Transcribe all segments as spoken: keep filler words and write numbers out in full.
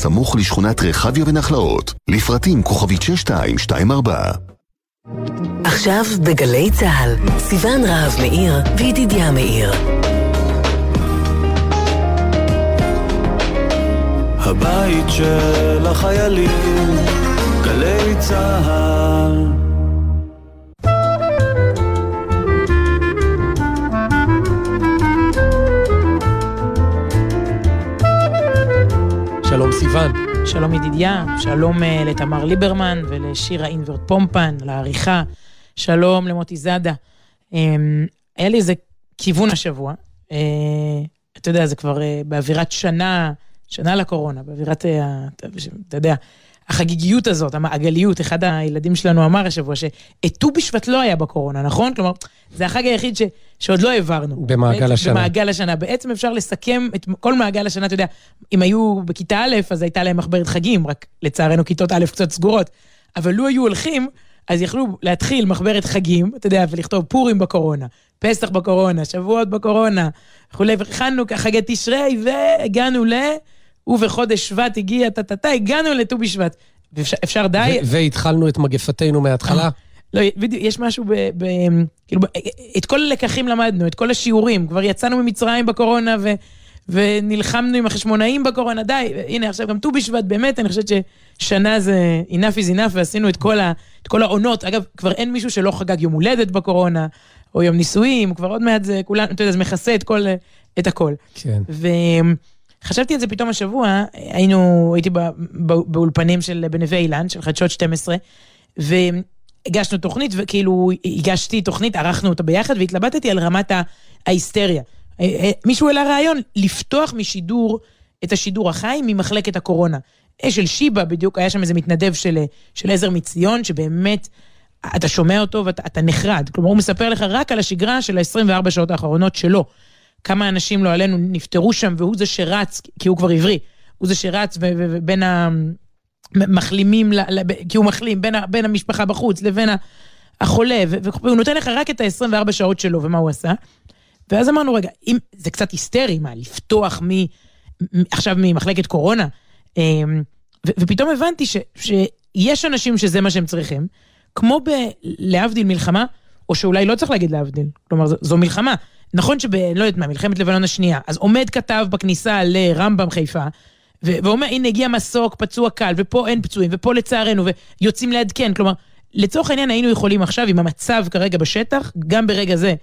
סמוך לשכונת רחביה ונחלאות. לפרטים כוכבית שש שתיים שתיים ארבע. עכשיו בגלי צהל, סיוון רהב מאיר וידידיה מאיר. הבית של החיילים, גלי צהל. שלום סיוון. שלום ידידיה, שלום לתמר ליברמן ולשירה אינברט פומפן, לעריכה, שלום למוטי זאדה. היה לי איזה כיוון השבוע, אתה יודע, זה כבר באווירת שנה, שנה לקורונה, באווירת, אתה יודע, החגיגיות הזאת, המעגליות. אחד הילדים שלנו אמר השבוע שט"ו בשבט לא היה בקורונה, נכון? כלומר, זה החג היחיד ש, שעוד לא העברנו. במעגל השנה. במעגל השנה. בעצם אפשר לסכם את כל מעגל השנה, אתה יודע, אם היו בכיתה א', אז הייתה להם מחברת חגים, רק לצערנו כיתות א' קצת סגורות, אבל לו היו הולכים, אז יכלו להתחיל מחברת חגים, אתה יודע, ולכתוב פורים בקורונה, פסח בקורונה, שבועות בקורונה, וכולי, וכנו חגי תשרי, והגענו ל... ובחודש שבט הגיע, תתתה, הגענו לט"ו בשבט. אפשר די... והתחלנו את מגפתנו מההתחלה? לא, בדיוק, יש משהו ב... כאילו, את כל הלקחים למדנו, את כל השיעורים, כבר יצאנו ממצרים בקורונה, ונלחמנו עם החשמונאים בקורונה, די, הנה, עכשיו גם ט"ו בשבט, באמת, אני חושבת ששנה זה enough is enough, ועשינו את כל העונות. אגב, כבר אין מישהו שלא חגג יום הולדת בקורונה, או יום נישואים, כבר עוד מעט זה, כולנו, אתה יודע, זה מכסה את הכל. כן. ו... חשבתי את זה פתאום השבוע, היינו, הייתי בא, בא, באולפנים של בנווה אילן, של חדשות שתים עשרה, והגשנו תוכנית, וכאילו הגשתי תוכנית, ערכנו אותה ביחד, והתלבטתי על רמת ההיסטריה. מישהו העלה רעיון, לפתוח משידור, את השידור החי ממחלקת הקורונה. של שיבה, בדיוק, היה שם איזה מתנדב של, של עזר מציון, שבאמת, אתה שומע אותו ואתה נחרד. כלומר, הוא מספר לך רק על השגרה של ה-עשרים וארבע שעות האחרונות שלו. כמה אנשים לא עלינו נפטרו שם, והוא זה שרץ, כי הוא כבר עברי, הוא זה שרץ בין המחלימים, כי הוא מחלים, בין המשפחה בחוץ, לבין החולה, והוא נותן לך רק את ה-עשרים וארבע שעות שלו, ומה הוא עשה. ואז אמרנו, רגע, אם זה קצת היסטרי, מה, לפתוח עכשיו ממחלקת קורונה, ופתאום הבנתי שיש אנשים שזה מה שהם צריכים, כמו להבדיל מלחמה, או שאולי לא צריך להגיד להבדיל, כלומר, זו מלחמה, נכון שב... לא יודעת מה, מלחמת לבנון השנייה, אז עומד כתב בכניסה לרמב"ם חיפה, ו... ואומר, הנה הגיע מסוק, פצוע קל, ופה אין פצועים, ופה לצערנו, ויוצאים לעדכן, כלומר, לצורך העניין היינו יכולים עכשיו, עם המצב כרגע בשטח, גם ברגע זה,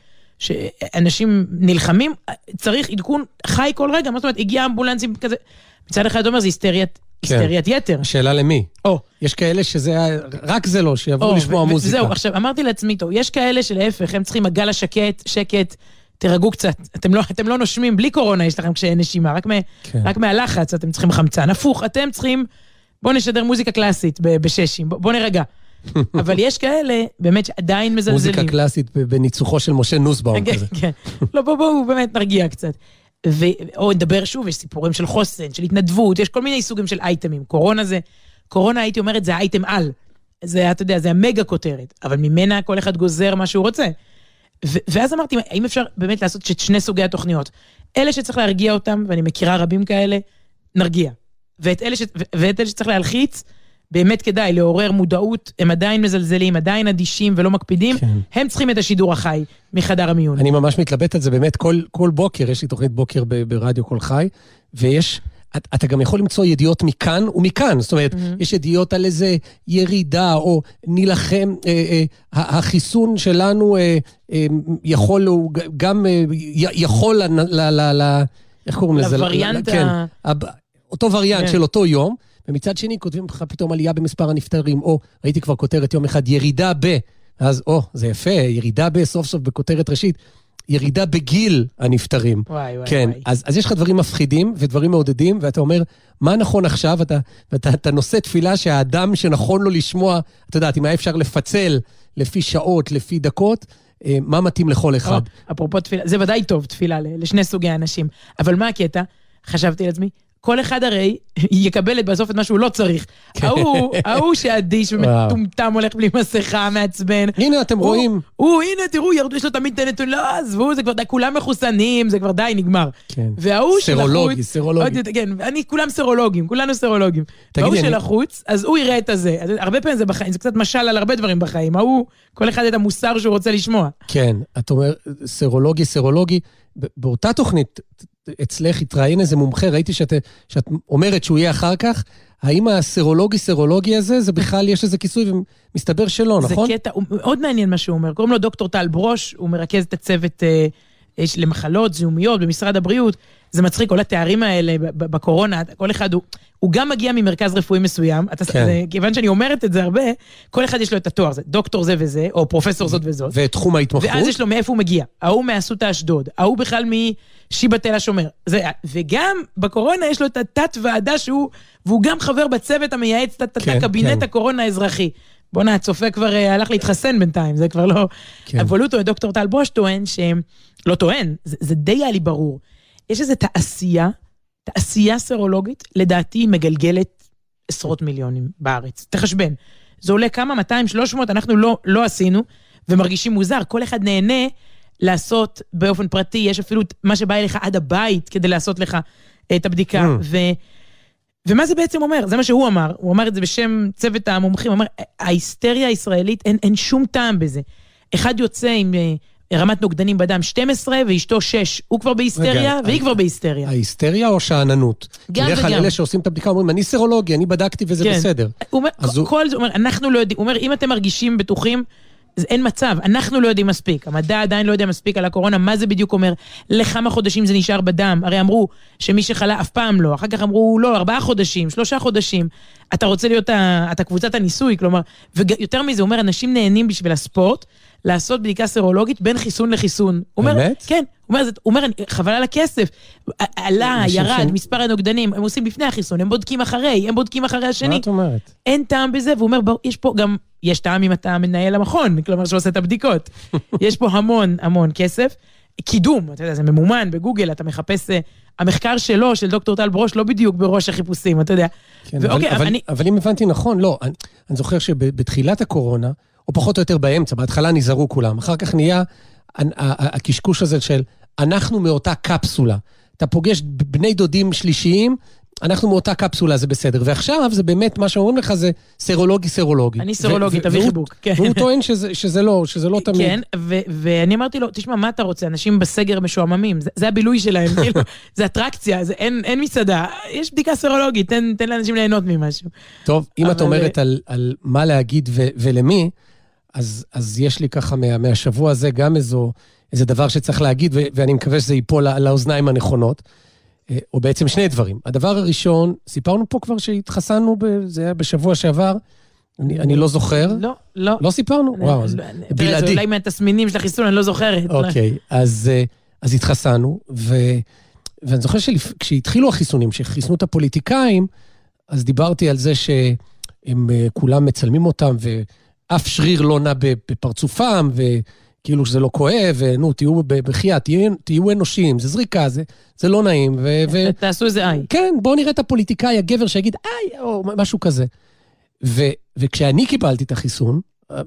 שאנשים נלחמים, צריך עדכון חי כל רגע, מה זאת אומרת, הגיע אמבולנסים כזה, מצד אחד אומר, זה היסטריית, היסטריית יתר. שאלה למי? או. יש כאלה שזה, רק זה לא, שיעברו לשמוע מוזיקה. זהו, עכשיו, אמרתי לעצמי, טוב, יש כאלה שלהפך, הם צריכים הגל השקט, שקט, תרגעו קצת, אתם לא, אתם לא נושמים, בלי קורונה יש לכם כשאין נשימה, רק, מ, כן. רק מהלחץ אתם צריכים חמצן, הפוך, אתם צריכים, בואו נשדר מוזיקה קלאסית בששים, בואו בוא נרגע. אבל יש כאלה, באמת שעדיין מזלזלים. מוזיקה קלאסית בניצוחו של משה נוסבאום כזה. כן, לא, בואו, בואו, באמת נרגיע קצת. ו, או נדבר שוב, יש סיפורים של חוסן, של התנדבות, יש כל מיני סוגים של אייטמים. קורונה זה, קורונה הייתי אומרת, זה האייטם על. זה, אתה יודע, זה המגה כותרת, אבל ממנה כל אחד גוזר מה שהוא רוצה. ו- ואז אמרתי, האם אפשר באמת לעשות את שני סוגי התוכניות? אלה שצריך להרגיע אותם, ואני מכירה רבים כאלה, נרגיע. ואת אלה, ש- ואת אלה שצריך להלחיץ, באמת כדאי, לעורר מודעות, הם עדיין מזלזלים, עדיין אדישים ולא מקפידים, כן. הם צריכים את השידור החי מחדר המיון. אני ממש מתלבט על זה, באמת, כל, כל בוקר, יש לי תוכנית בוקר ב- ברדיו כל חי, ויש... אתה גם יכול למצוא ידיעות מכאן ומכאן, זאת אומרת, mm-hmm. יש ידיעות על איזה ירידה, או נלחם, אה, אה, החיסון שלנו אה, אה, יכול, הוא גם אה, יכול, ל, ל, ל, ל, איך קוראים לזה? לווריאנט כן, ה... אותו וריאנט yeah. של אותו יום, ומצד שני כותבים לך פתאום עלייה במספר הנפטרים, או ראיתי כבר כותרת יום אחד, ירידה ב, אז או, זה יפה, ירידה ב, סוף סוף בכותרת ראשית, ירידה בגיל הנפטרים. וואי, וואי, כן, וואי. אז, אז יש לך דברים מפחידים ודברים מעודדים, ואתה אומר, מה נכון עכשיו? אתה, ואתה, אתה נושא תפילה שהאדם שנכון לו לשמוע, אתה יודעת, אם היה אפשר לפצל לפי שעות, לפי דקות, מה מתאים לכל אחד? או, אפרופו תפילה, זה ודאי טוב, תפילה לשני סוגי האנשים. אבל מה הקטע? חשבתי לעצמי, כל אחד הרי יקבל בסוף את מה שהוא לא צריך. ההוא שאדיש ומטומטם הולך בלי מסכה, מעצבן. הנה, אתם רואים. הוא, הנה, תראו, ירדו, יש לו תמיד את הנתון, לא, עזבו, זה כבר די, כולם מחוסנים, זה כבר די, נגמר. וההוא של החוץ... סרולוגי, סרולוגי. כן, אני, כולם סרולוגים, כולנו סרולוגים. והוא של החוץ, אז הוא יראה את הזה. הרבה פעמים זה בחיים, זה קצת משל על הרבה דברים בחיים. ההוא, כל אחד את המוסר שהוא רוצה לשמוע. כן, את אומר, סרולוגי, סרולוגי, באותה תוכנית, אצלך התראיין איזה מומחה, ראיתי שאת, שאת אומרת שהוא יהיה אחר כך, האם הסרולוגי-סרולוגי הזה, זה בכלל יש איזה כיסוי, ומסתבר שלא, נכון? זה קטע, הוא מאוד מעניין מה שהוא אומר, קוראים לו דוקטור טל ברוש, הוא מרכז את הצוות אה, למחלות, זיהומיות, במשרד הבריאות, זה מצחיק, כל התארים האלה בקורונה, כל אחד הוא, הוא גם מגיע ממרכז רפואי מסוים, אתה, כן. זה, כיוון שאני אומרת את זה הרבה, כל אחד יש לו את התואר, זה דוקטור זה וזה, או פרופסור זאת וזאת. ותחום ההתמחות. ואז יש לו מאיפה הוא מגיע, ההוא מאסות האשדוד, ההוא בכלל משיבא תל השומר. זה, וגם בקורונה יש לו את התת ועדה שהוא, והוא גם חבר בצוות המייעץ, את כן, הקבינט כן. הקורונה האזרחי. בוא'נה, הצופה כבר הלך להתחסן בינתיים, זה כבר לא... כן. אבל הוא טוען, דוקטור טל ברוש טוען שהם... לא טוען, זה, זה די היה לי ברור. יש איזו תעשייה, תעשייה סרולוגית, לדעתי מגלגלת עשרות מיליונים בארץ. תחשבן. זה עולה כמה? מאתיים שלוש מאות, אנחנו לא, לא עשינו, ומרגישים מוזר. כל אחד נהנה לעשות באופן פרטי, יש אפילו מה שבא אליך עד הבית, כדי לעשות לך את הבדיקה. Mm. ו... ומה זה בעצם אומר? זה מה שהוא אמר, הוא אמר את זה בשם צוות המומחים, הוא אמר, ההיסטריה הישראלית, אין, אין שום טעם בזה. אחד יוצא עם רמת נוגדנים בדם שתים עשרה, ואשתו שש, הוא כבר בהיסטריה, והיא כבר בהיסטריה. ההיסטריה או שעננות? גם וגם. לך על אלה שעושים את הבדיקה, אומרים, אני סרולוגי, אני בדקתי וזה כן. בסדר. הוא אומר, כל זה, הוא אומר, אנחנו לא יודעים, הוא אומר, אם אתם מרגישים בטוחים, אז אין מצב, אנחנו לא יודעים מספיק, המדע עדיין לא יודע מספיק על הקורונה, מה זה בדיוק אומר, לכמה חודשים זה נשאר בדם, הרי אמרו שמי שחלה אף פעם לא, אחר כך אמרו לא, ארבעה חודשים, שלושה חודשים, אתה רוצה להיות, אתה קבוצת הניסוי, כלומר, ויותר מזה, הוא אומר, אנשים נהנים בשביל הספורט, לעשות בדיקה סרולוגית בין חיסון לחיסון. באמת? כן, הוא אומר, הוא אומר, חבל על הכסף, עלה, ירד, מספר הנוגדנים, הם עושים לפני החיסון, הם בודקים אחרי, הם בודקים אחרי השני. מה את אומרת? אין טעם בזה, והוא אומר, יש פה גם, יש טעם אם אתה מנהל המכון, כלומר שעושה את הבדיקות. יש פה המון, המון כסף. קידום, אתה יודע, זה ממומן בגוגל, אתה מחפש, המחקר שלו, של דוקטור טל ברוש, לא בדיוק בראש החיפושים, אתה יודע. כן, ואוקיי, אבל, אני... אבל אם הבנתי נכון, לא, אני, אני זוכר שבתחילת הקורונה, או פחות או יותר באמצע, בהתחלה נזהרו כולם, אחר כך נהיה הקשקוש הזה של, אנחנו מאותה קפסולה, אתה פוגש בני דודים שלישיים, אנחנו מאותה קפסולה, זה בסדר, ועכשיו זה באמת, מה שאומרים לך זה סרולוגי, סרולוגי. אני סרולוגי, תביא חיבוק. והוא טוען שזה לא, שזה לא תמיד. כן, ואני אמרתי לו, תשמע, מה אתה רוצה? אנשים בסגר משועממים, זה הבילוי שלהם, זה אטרקציה, אין מסעדה, יש בדיקה סרולוגית, תן לאנשים ליהנות ממשהו. טוב, אם את אומרת על מה להגיד ולמי, אז יש לי ככה מהשבוע הזה גם איזה דבר שצריך להגיד, ואני מקווה שזה ייפול לאוזניים הנכונות. או בעצם שני דברים. הדבר הראשון, סיפרנו פה כבר שהתחסנו, זה היה בשבוע שעבר, אני, אני לא זוכר. לא, לא. לא סיפרנו? אני, וואו, אז לא, בלעדי. זה אולי מהתסמינים של החיסון, אני לא זוכרת. אוקיי, אז, אז התחסנו, ו, ואני זוכר שכשהתחילו החיסונים, שחיסנו את הפוליטיקאים, אז דיברתי על זה שהם כולם מצלמים אותם, ואף שריר לא נע בפרצופם, ו... כאילו שזה לא כואב, ונו, תהיו בחייה, תהיו, תהיו אנושיים, זה זריקה, זה, זה לא נעים. ו, ו... תעשו איזה איי. כן, בואו נראה את הפוליטיקאי, הגבר שיגיד, איי, או משהו כזה. ו, וכשאני קיבלתי את החיסון,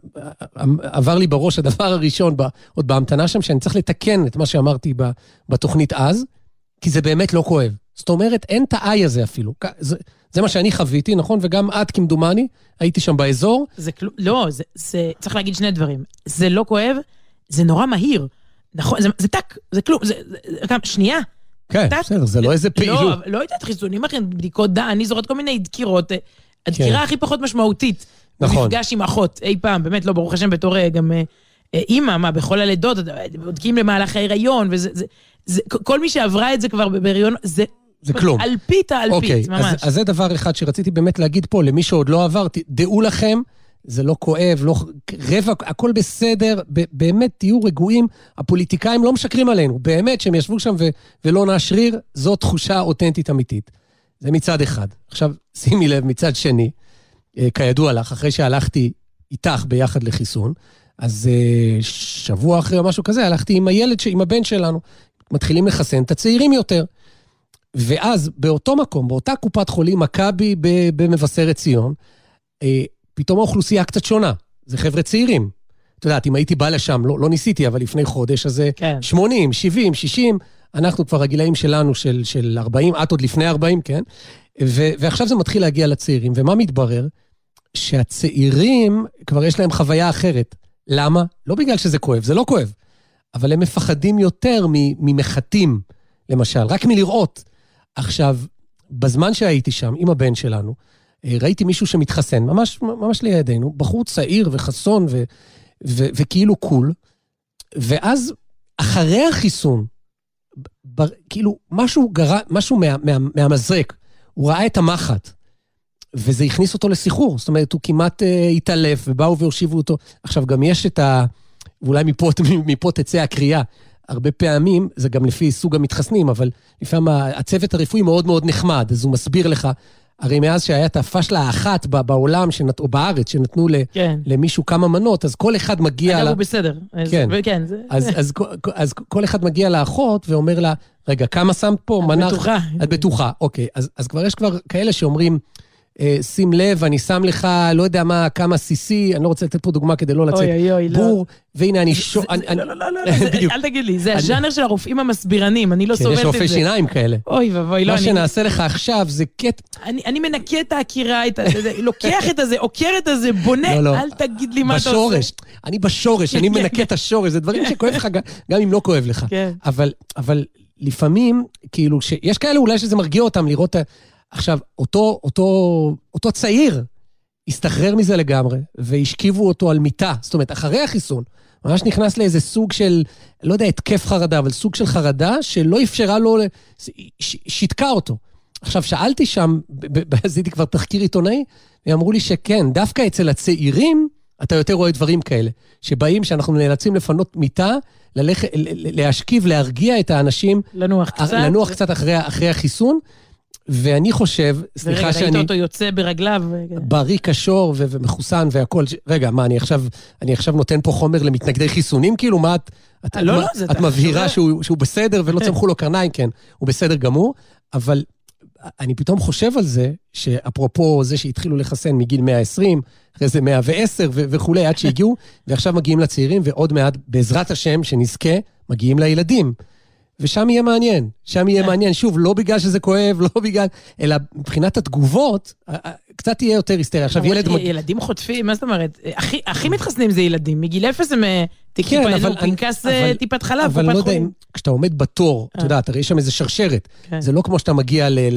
עבר לי בראש הדבר הראשון, עוד בהמתנה שם, שאני צריך לתקן את מה שאמרתי בתוכנית אז, כי זה באמת לא כואב. זאת אומרת, אין את האיי הזה אפילו. זה, זה מה שאני חוויתי, נכון? וגם את כמדומני, הייתי שם באזור. זה כלום, לא, זה, זה, צריך להגיד שני דברים. זה לא כואב, זה נורא מהיר. נכון, זה, זה טק, זה כלום, זה, זה, זה שנייה. כן, טק, בסדר, זה לא איזה פעילות. לא, לא יודעת, חיסונים אחרים, בדיקות דם, אני זוכרת כל מיני דקירות, הדקירה כן. הכי פחות משמעותית. נכון. מפגש עם אחות, אי פעם, באמת לא, ברוך השם, בתור גם אימא, מה, בכל הלידות, בודקים למהלך ההיריון, וזה, זה, זה, כל מי שעברה את זה כבר בהיריון, זה... זה כלום. אלפית, האלפית, אוקיי, ממש. אז, אז זה דבר אחד שרציתי באמת להגיד פה, למי שעוד לא עבר, דעו לכם, זה לא כואב, לא רבע, הכל בסדר, באמת תהיו רגועים, הפוליטיקאים לא משקרים עלינו, באמת שהם ישבו שם ו, ולא נשריר, זו תחושה אותנטית אמיתית. זה מצד אחד. עכשיו, שימי לב, מצד שני, כידוע לך, אחרי שהלכתי איתך ביחד לחיסון, אז שבוע אחרי או משהו כזה, הלכתי עם הילד, עם הבן שלנו, מתחילים לחסן את הצעירים יותר. ואז באותו מקום, באותה קופת חולים, מכבי במבשרת ציון, פתאום האוכלוסייה קצת שונה. זה חבר'ה צעירים. אתה יודעת, אם הייתי בא לשם, לא, לא ניסיתי, אבל לפני חודש, אז זה כן. שמונים, שבעים, שישים, אנחנו כבר הגילאים שלנו של, של ארבעים, עד עוד לפני ארבעים, כן? ו, ועכשיו זה מתחיל להגיע לצעירים, ומה מתברר? שהצעירים כבר יש להם חוויה אחרת. למה? לא בגלל שזה כואב, זה לא כואב, אבל הם מפחדים יותר ממחתים, למשל, רק מלראות. עכשיו, בזמן שהייתי שם, עם הבן שלנו, ראיתי מישהו שמתחסן, ממש, ממש לידינו, בחור צעיר וחסון ו, ו, וכאילו קול, ואז אחרי החיסון, בר, כאילו משהו, גרה, משהו מה, מה, מהמזרק, הוא ראה את המחט, וזה הכניס אותו לסיחור, זאת אומרת, הוא כמעט אה, התעלף, ובאו והושיבו אותו. עכשיו, גם יש את ה... ואולי מפה, מפה תצא הקריאה, הרבה פעמים, זה גם לפי סוג המתחסנים, אבל לפעמים הצוות הרפואי מאוד מאוד נחמד, אז הוא מסביר לך, הרי מאז שהיה את הפשלה האחת בעולם, שנת, או בארץ, שנתנו כן. למישהו כמה מנות, אז כל אחד מגיע... אגב, לה... הוא בסדר. כן. אז, כן זה... אז, אז, אז כל אחד מגיע לאחות, ואומר לה, רגע, כמה שמת פה? את מנח... בטוחה. את בטוחה, אוקיי. אז, אז כבר יש כבר כאלה שאומרים, שים לב, אני שם לך, לא יודע מה, כמה סיסי, אני לא רוצה לתת פה דוגמה כדי לא לצאת בור, והנה אני שו... לא, לא, לא, אל תגיד לי, זה הז'אנר של הרופאים המסבירנים, אני לא סובלת את זה. יש רופאי שיניים כאלה. אוי ובוי, לא, מה שנעשה לך עכשיו זה קט... אני מנקה את ההכירה, לוקח את הזה, עוקר את הזה, בונה, אל תגיד לי מה אתה עושה. בשורש, אני בשורש, אני מנקה את השורש, זה דברים שכואב לך, גם אם לא כואב לך. אבל לפעמים, כאילו, יש כאלה אולי שזה מרגיע אותם לראות... עכשיו, אותו, אותו, אותו צעיר הסתחרר מזה לגמרי, והשכיבו אותו על מיטה, זאת אומרת, אחרי החיסון, ממש נכנס לאיזה סוג של, לא יודע, התקף חרדה, אבל סוג של חרדה שלא אפשרה לו, שיתקע אותו. עכשיו, שאלתי שם, עשיתי כבר תחקיר עיתונאי, ואמרו לי שכן, דווקא אצל הצעירים, אתה יותר רואה דברים כאלה, שבאים שאנחנו נאלצים לפנות מיטה, ללכת, להשכיב, להרגיע את האנשים, לנוח קצת, לנוח קצת אחרי, אחרי החיסון, ואני חושב, סליחה שאני... ורגע, ראית אותו יוצא ברגליו. בריא, קשור ו- ומחוסן והכל. רגע, מה, אני עכשיו, אני עכשיו נותן פה חומר למתנגדי חיסונים? כאילו, מה את... את, לא, מה, לא, את מבהירה שהוא, שהוא בסדר ולא צמחו לו קרניים, כן, הוא בסדר גמור, אבל אני פתאום חושב על זה, שאפרופו זה שהתחילו לחסן מגיל מאה ועשרים, אחרי זה מאה ועשר ו- וכולי, עד שהגיעו, ועכשיו מגיעים לצעירים, ועוד מעט, בעזרת השם, שנזכה, מגיעים לילדים. ושם יהיה מעניין, שם יהיה מעניין, שוב, לא בגלל שזה כואב, לא בגלל, אלא מבחינת התגובות, קצת יהיה יותר היסטריה. עכשיו ילד... ילדים חוטפים, מה זאת אומרת? הכי מתחסנים זה ילדים, מגיל אפס הם פנקס טיפת חלב, אבל לא יודע, כשאתה עומד בתור, אתה יודע, הרי יש שם איזה שרשרת, זה לא כמו שאתה מגיע ל...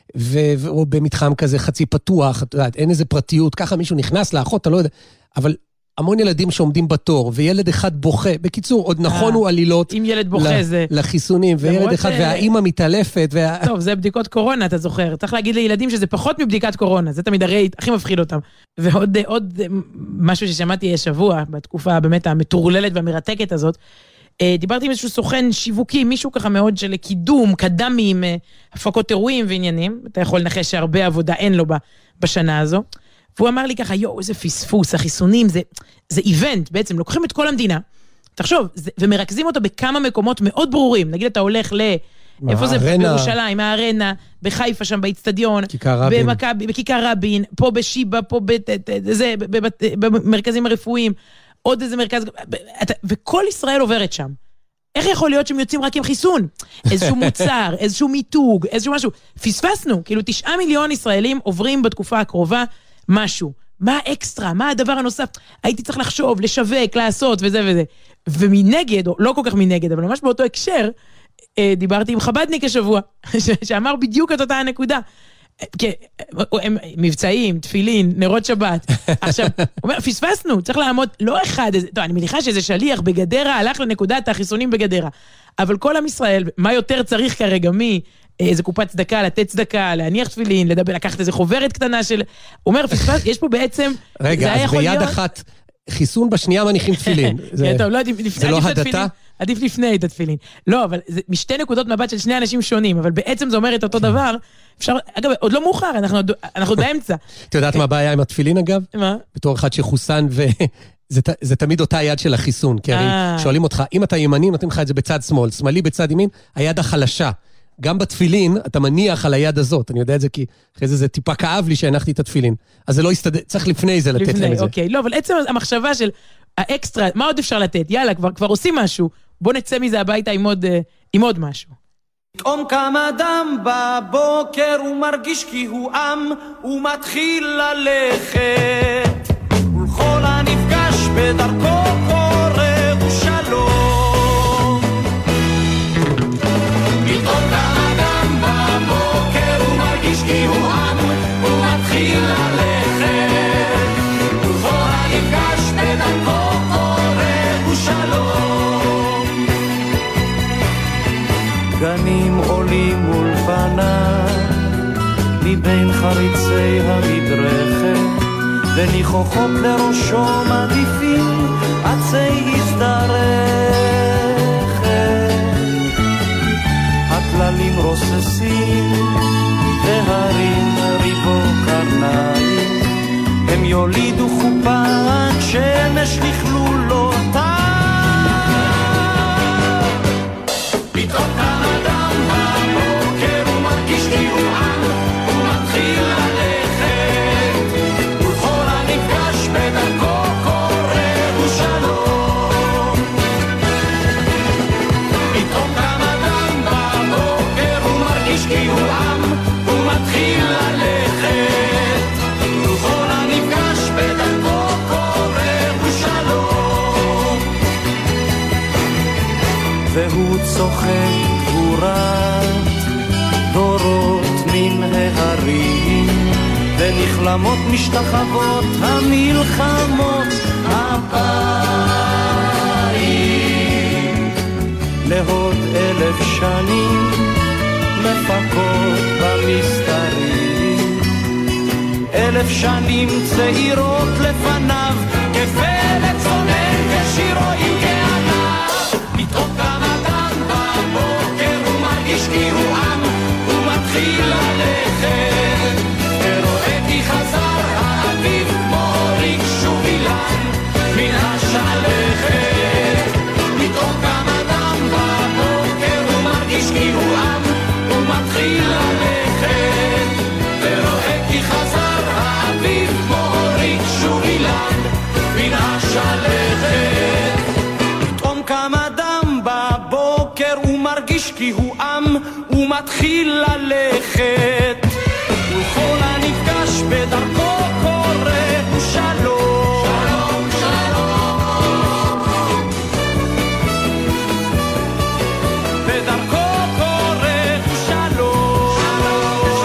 או במתחם כזה חצי פתוח, אתה יודע, אין איזה פרטיות, ככה מישהו נכנס לאחות, אתה לא יודע, אבל... המון ילדים שעומדים בתור, וילד אחד בוכה, בקיצור, עוד נכון הוא עלילות, אם ילד בוכה זה... לחיסונים, וילד אחד, והאימא מתעלפת, טוב, זה בדיקות קורונה, אתה זוכר, צריך להגיד לילדים שזה פחות מבדיקת קורונה, זה תמיד הרי הכי מפחיד אותם. ועוד עוד משהו ששמעתי השבוע, בתקופה באמת המטורללת והמרתקת הזאת, דיברתי עם איזשהו סוכן שיווקי, מישהו ככה מאוד של קידום, קדמים, הפקות אירועים ועניינים, אתה יכול לנחש שהרבה עבודה אין לו בשנה הזו, והוא אמר לי ככה, יואו, איזה פספוס, החיסונים, זה, זה איבנט, בעצם, לוקחים את כל המדינה, תחשוב, זה, ומרכזים אותו בכמה מקומות מאוד ברורים, נגיד אתה הולך ל... איפה זה? בירושלים, הארנה, בחיפה שם, באצטדיון, במכבי, בכיכר רבין, פה בשיבה, פה בזה, במרכזים הרפואיים, עוד איזה מרכז, וכל ישראל עוברת שם. איך יכול להיות שהם יוצאים רק עם חיסון? איזשהו מוצר, איזשהו מיתוג, איזשהו משהו. פספסנו, כאילו תשעה מיליון ישראלים עוברים בתקופה הקרובה משהו. מה האקסטרה? מה הדבר הנוסף? הייתי צריך לחשוב, לשווק, לעשות וזה וזה. ומנגד, או לא כל כך מנגד, אבל ממש באותו הקשר, דיברתי עם חבדניק השבוע, שאמר בדיוק את אותה הנקודה. הם מבצעים, תפילין, נרות שבת. עכשיו, הוא אומר, פספסנו, צריך לעמוד, לא אחד, טוב, אני מניחה שזה שליח בגדרה, הלך לנקודת החיסונים בגדרה. אבל כל עם ישראל, מה יותר צריך כרגע מי, איזה קופת צדקה, לתת צדקה, להניח תפילין, לדבר, לקחת איזה חוברת קטנה של... הוא אומר, פספס, יש פה בעצם... רגע, אז ביד אחת, חיסון בשנייה מניחים תפילין. זה לא הדתה? עדיף לפני את התפילין. לא, אבל זה משתי נקודות מבט של שני אנשים שונים, אבל בעצם זה אומר את אותו דבר. אפשר, אגב, עוד לא מאוחר, אנחנו עוד באמצע. אתה יודעת מה הבעיה עם התפילין, אגב? מה? בתור אחד שחוסן ו... זה תמיד אותה יד של החיסון, כי הרי שואלים אותך, אם אתה ימני, נותנים לך את זה בצד שמאל, שמאלי בצד ימין, היד החלשה. גם בתפילין, אתה מניח על היד הזאת, אני יודע את זה כי אחרי זה זה טיפה כאב לי שהנחתי את התפילין. אז זה לא יסתדר, צריך לפני זה לתת לפני, להם את זה. אוקיי, לא, אבל עצם המחשבה של האקסטרה, מה עוד אפשר לתת? יאללה, כבר, כבר עושים משהו, בוא נצא מזה הביתה עם עוד, עם עוד משהו. פתאום קם אדם בבוקר, הוא מרגיש כי הוא עם, הוא מתחיל ללכת, ולכל הנפגש בדרכו קורא הוא שלום. פתאום קם אדם בבוקר, הוא מרגיש כי הוא עם, הוא מתחיל ללכת, ולכל הנפגש בדרכו קורא הוא שלום. גנים עולים מול פניו מבין חריצי המדרכת, וניחוחות לראשו מניפים עצי הזדרכת. הכללים רוססים והרים ריבו קרניים, הם יולידו חופן שמש לכלולותיו. פתאום קם אדם בבוקר, הוא מרגיש כי הוא עם, הוא מתחיל ללכת, ולכל הנפגש בדרכו קורא הוא שלום. פתאום קם אדם בבוקר, הוא מרגיש כי הוא עם, הוא מתחיל ללכת, ולכל הנפגש בדרכו קורא הוא שלום. והוא צוחק גבורת דורות מן ההרים, ונכלמות משתחוות המלחמות הבאים. לעוד אלף שנים מפקות במסתרים, אלף שנים צעירות לפניו, כפלט צונן ושירו עם כענב. פתאום קם אדם בבוקר, הוא מרגיש כי הוא עם, הוא מתחיל ללכת, ורואה כי חזר האביב מוריק שוב אילן מן השלכת. פתאום קם אדם בבוקר, הוא מרגיש כי הוא עם, הוא מתחיל ללכת, ורואה כי חזר האביב מוריק שוב אילן מן השלכת. פתאום קם אדם בבוקר, הוא מרגיש כי הוא עם, הוא מתחיל ללכת, ולכל הנפגש בדרכו קורא הוא שלום. שלום, שלום. בדרכו קורא הוא שלום. שלום,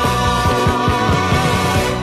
שלום.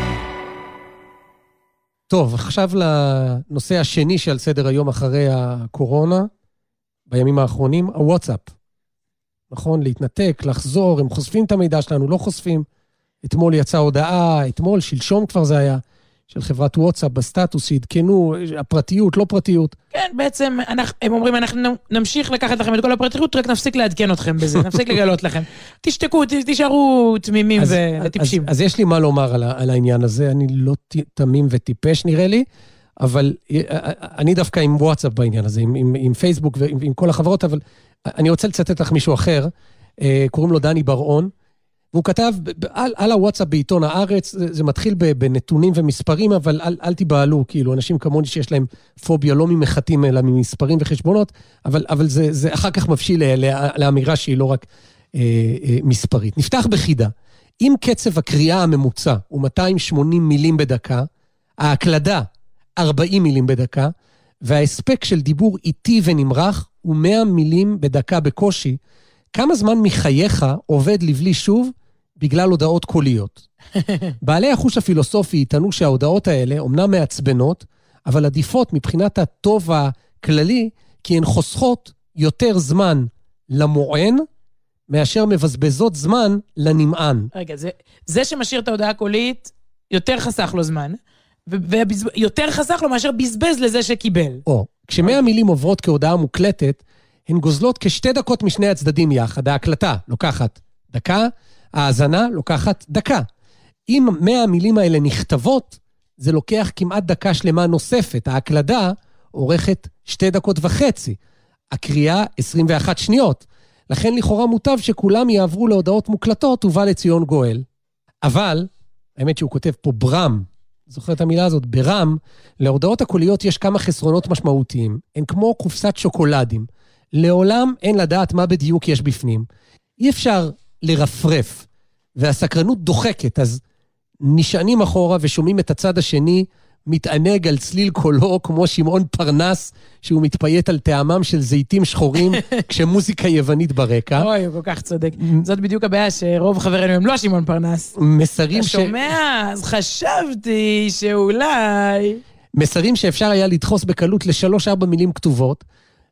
טוב, עכשיו לנושא השני שעל סדר היום אחרי הקורונה, בימים האחרונים, הוואטסאפ. נכון, להתנתק, לחזור, הם חושפים את המידע שלנו, לא חושפים. אתמול יצאה הודעה, אתמול, שלשום כבר זה היה, של חברת וואטסאפ בסטטוס, שהתקנו, הפרטיות, לא פרטיות. כן, בעצם אנחנו, הם אומרים, אנחנו נמשיך לקחת לכם את כל הפרטיות, רק נפסיק לעדכן אתכם בזה, נפסיק לגלות לכם. תשתקו, תישארו תמימים וטיפשים. אז, אז יש לי מה לומר על, על העניין הזה, אני לא תמים וטיפש נראה לי, אבל אני דווקא עם וואטסאפ בעניין הזה, עם, עם, עם פייסבוק ועם עם כל החברות, אבל אני רוצה לצטט לך מישהו אחר, קוראים לו דני ברעון, והוא כתב על, על הוואטסאפ בעיתון הארץ, זה, זה מתחיל בנתונים ומספרים, אבל אל, אל תיבהלו, כאילו, אנשים כמוני שיש להם פוביה לא ממחתים, אלא ממספרים וחשבונות, אבל, אבל זה, זה אחר כך מבשיל לאמירה שהיא לא רק אה, אה, מספרית. נפתח בחידה. אם קצב הקריאה הממוצע הוא מאתיים ושמונים מילים בדקה, ההקלדה ארבעים מילים בדקה, וההספק של דיבור איטי ונמרח הוא מאה מילים בדקה בקושי, כמה זמן מחייך עובד לבלי שוב בגלל הודעות קוליות? בעלי החוש הפילוסופי יטענו שההודעות האלה אומנם מעצבנות, אבל עדיפות מבחינת הטוב הכללי, כי הן חוסכות יותר זמן למוען, מאשר מבזבזות זמן לנמען. רגע, זה, זה שמשאיר את ההודעה הקולית, יותר חסך לו זמן, ויותר חסך לו מאשר בזבז לזה שקיבל. או, כשמאה מילים עוברות כהודעה מוקלטת, הן גוזלות כשתי דקות משני הצדדים יחד. ההקלטה לוקחת דקה, ההאזנה לוקחת דקה. אם מאה המילים האלה נכתבות, זה לוקח כמעט דקה שלמה נוספת. ההקלדה עורכת שתי דקות וחצי. הקריאה עשרים ואחת שניות. לכן לכאורה מוטב שכולם יעברו להודעות מוקלטות ובא לציון גואל. אבל, האמת שהוא כותב פה ברם, זוכר את המילה הזאת, ברם, להודעות הקוליות יש כמה חסרונות משמעותיים. הן כמו קופסת שוקולדים. לעולם אין לדעת מה בדיוק יש בפנים. אי אפשר לרפרף, והסקרנות דוחקת, אז נשענים אחורה ושומעים את הצד השני, מתענג על צליל קולו, כמו שמעון פרנס, שהוא מתפייט על טעמם של זיתים שחורים, כשמוזיקה יוונית ברקע. אוי, הוא כל כך צודק. זאת בדיוק הבעיה, שרוב חברינו הם לא שמעון פרנס. מסרים ש... אתה שומע? אז חשבתי שאולי... מסרים שאפשר היה לדחוס בקלות לשלוש ארבע מילים כתובות,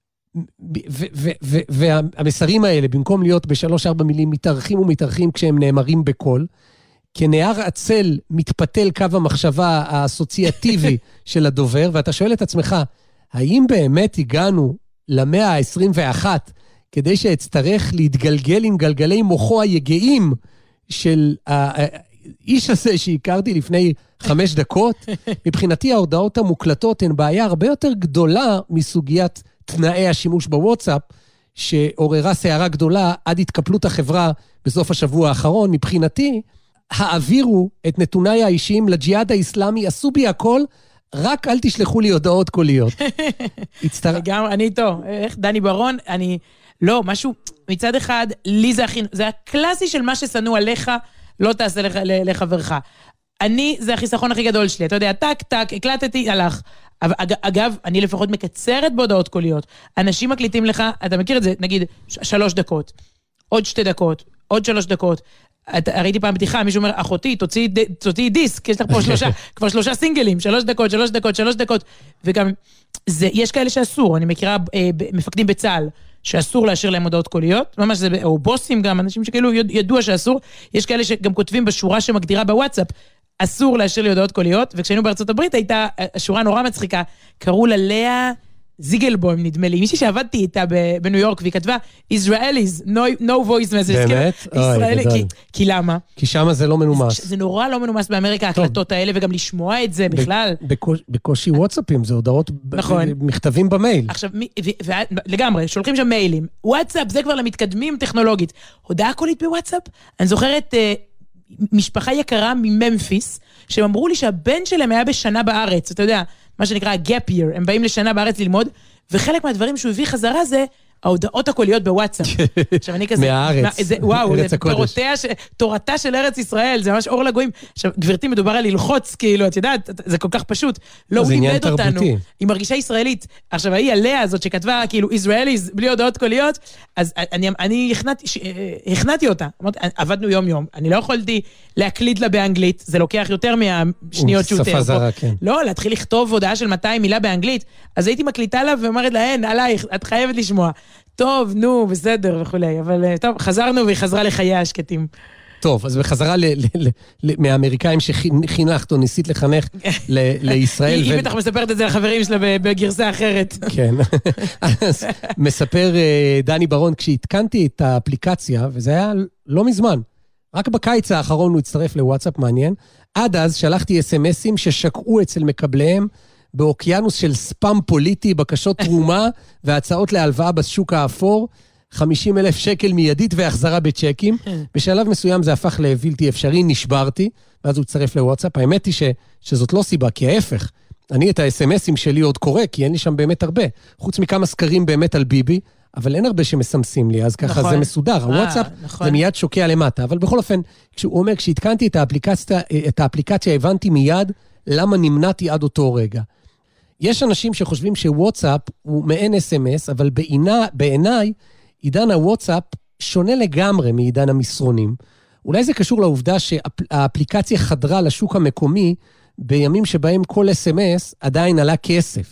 והמסרים האלה, במקום להיות בשלוש ארבע מילים, מתארחים ומתארחים כשהם נאמרים בקול, כנער עצל מתפתל קו המחשבה האסוציאטיבי של הדובר, ואתה שואל את עצמך, האם באמת הגענו למאה ה-עשרים ואחת, כדי שאצטרך להתגלגל עם גלגלי מוחו היגעים של האיש הזה שהכרתי לפני חמש דקות? מבחינתי ההודעות המוקלטות הן בעיה הרבה יותר גדולה מסוגיית תנאי השימוש בוואטסאפ, שעוררה שערה גדולה עד התקפלות החברה בסוף השבוע האחרון. מבחינתי, העבירו את נתוני האישיים לג'יהאד האסלאמי, עשו בי הכל, רק אל תשלחו לי הודעות קוליות. גם אני איתו, איך דני ברון, אני, לא, משהו, מצד אחד, לי זה הכי, זה הקלאסי של מה ששנוא עליך, לא תעשה לחברך. אני, זה החיסכון הכי גדול שלי, אתה יודע, טק, טק, הקלטתי, הלך. אגב, אני לפחות מקצרת בהודעות קוליות. אנשים מקליטים לך, אתה מכיר את זה, נגיד, שלוש דקות, עוד שתי דקות, עוד שלוש דקות, ראיתי פעם בדיחה, מישהו אומר, אחותי, תוציאי דיסק, יש לך פה שלושה, כבר שלושה סינגלים, שלוש דקות, שלוש דקות, שלוש דקות, וגם, יש כאלה שאסור, אני מכירה מפקדים בצה"ל, שאסור להשאיר להם הודעות קוליות, ממש זה, או בוסים גם, אנשים שכאילו ידוע שאסור, יש כאלה שגם כותבים בשורה שמגדירה בוואטסאפ, אסור להשאיר לי הודעות קוליות, וכשהיינו בארצות הברית הייתה השורה נורא מצחיקה, קראו לה לאה זיגלבוים, נדמה לי, מישהי שעבדתי איתה בניו יורק, והיא כתבה, Israelis, no, no voice message. באמת? ישראלי, כי, כי למה? כי שמה זה לא מנומס. זה, זה נורא לא מנומס באמריקה, ההקלטות האלה, וגם לשמוע את זה בכלל. בקוש, בקושי וואטסאפים, זה הודעות, נכון. מכתבים במייל. עכשיו, ו, ו, לגמרי, שולחים שם מיילים. וואטסאפ, זה כבר למתקדמים טכנולוגית. הודעה קולית בוואטסאפ? אני זוכרת uh, משפחה יקרה מממפיס, שהם אמרו לי שהבן שלהם היה בשנה בארץ, אתה יודע, מה שנקרא gap year, הם באים לשנה בארץ ללמוד, וחלק מהדברים שהוא הביא חזרה זה ההודעות הקוליות בוואטסאפ. עכשיו אני כזה... מהארץ. זה, וואו, זה תורתיה, תורתה של ארץ ישראל, זה ממש אור לגויים. עכשיו, גברתי, מדובר על ללחוץ, כאילו, את יודעת, זה כל כך פשוט. לא, הוא לימד אותנו. היא מרגישה ישראלית. עכשיו, היא עליה הזאת שכתבה, כאילו, Israelis, בלי הודעות קוליות, אז אני, אני הכנעתי, הכנעתי אותה. אמרתי, עבדנו יום יום. אני לא יכולתי להקליט לה באנגלית, זה לוקח יותר מהשניות שהוא תאר. שפה זרה, כן. לא, להתחיל לכתוב הודעה של מאתיים מילה באנגלית. אז הייתי מקליטה לה ואומרת לה, אין, עלייך, את חייבת לשמוע. טוב, נו, בסדר וכולי, אבל טוב, חזרנו והיא חזרה לחיי השקטים. טוב, אז בחזרה מהאמריקאים שחינכת או ניסית לחנך לישראל. היא בטח מספרת את זה לחברים שלה בגרסה אחרת. כן. אז מספר דני ברון, כשהתקנתי את האפליקציה, וזה היה לא מזמן, רק בקיץ האחרון הוא הצטרף לוואטסאפ, מעניין, עד אז שלחתי אס-אמסים ששקעו אצל מקבליהם, באוקיינוס של ספאם פוליטי, בקשות תרומה והצעות להלוואה בשוק האפור, חמישים אלף שקל מיידית והחזרה בצ'קים. בשלב מסוים זה הפך לבלתי אפשרי, נשברתי, ואז הוא צרף לוואטסאפ. האמת היא ש, שזאת לא סיבה, כי ההפך. אני את ה-אס-אמסים שלי עוד קורא, כי אין לי שם באמת הרבה. חוץ מכמה סקרים באמת על ביבי, אבל אין הרבה שמסמסים לי, אז ככה נכון. זה מסודר. הוואטסאפ נכון. זה מיד שוקע למטה. אבל בכל אופן, כשהוא אומר, כשהתקנתי את האפליקציה, את האפליקציה, הבנתי מיד למה נמנעתי עד אותו רגע. יש אנשים שחושבים שוואטסאפ הוא מעין אס-אמס, אבל בעיני, בעיניי, עידן הוואטסאפ שונה לגמרי מעידן המסרונים. אולי זה קשור לעובדה שהאפליקציה חדרה לשוק המקומי, בימים שבהם כל אס-אמס עדיין עלה כסף.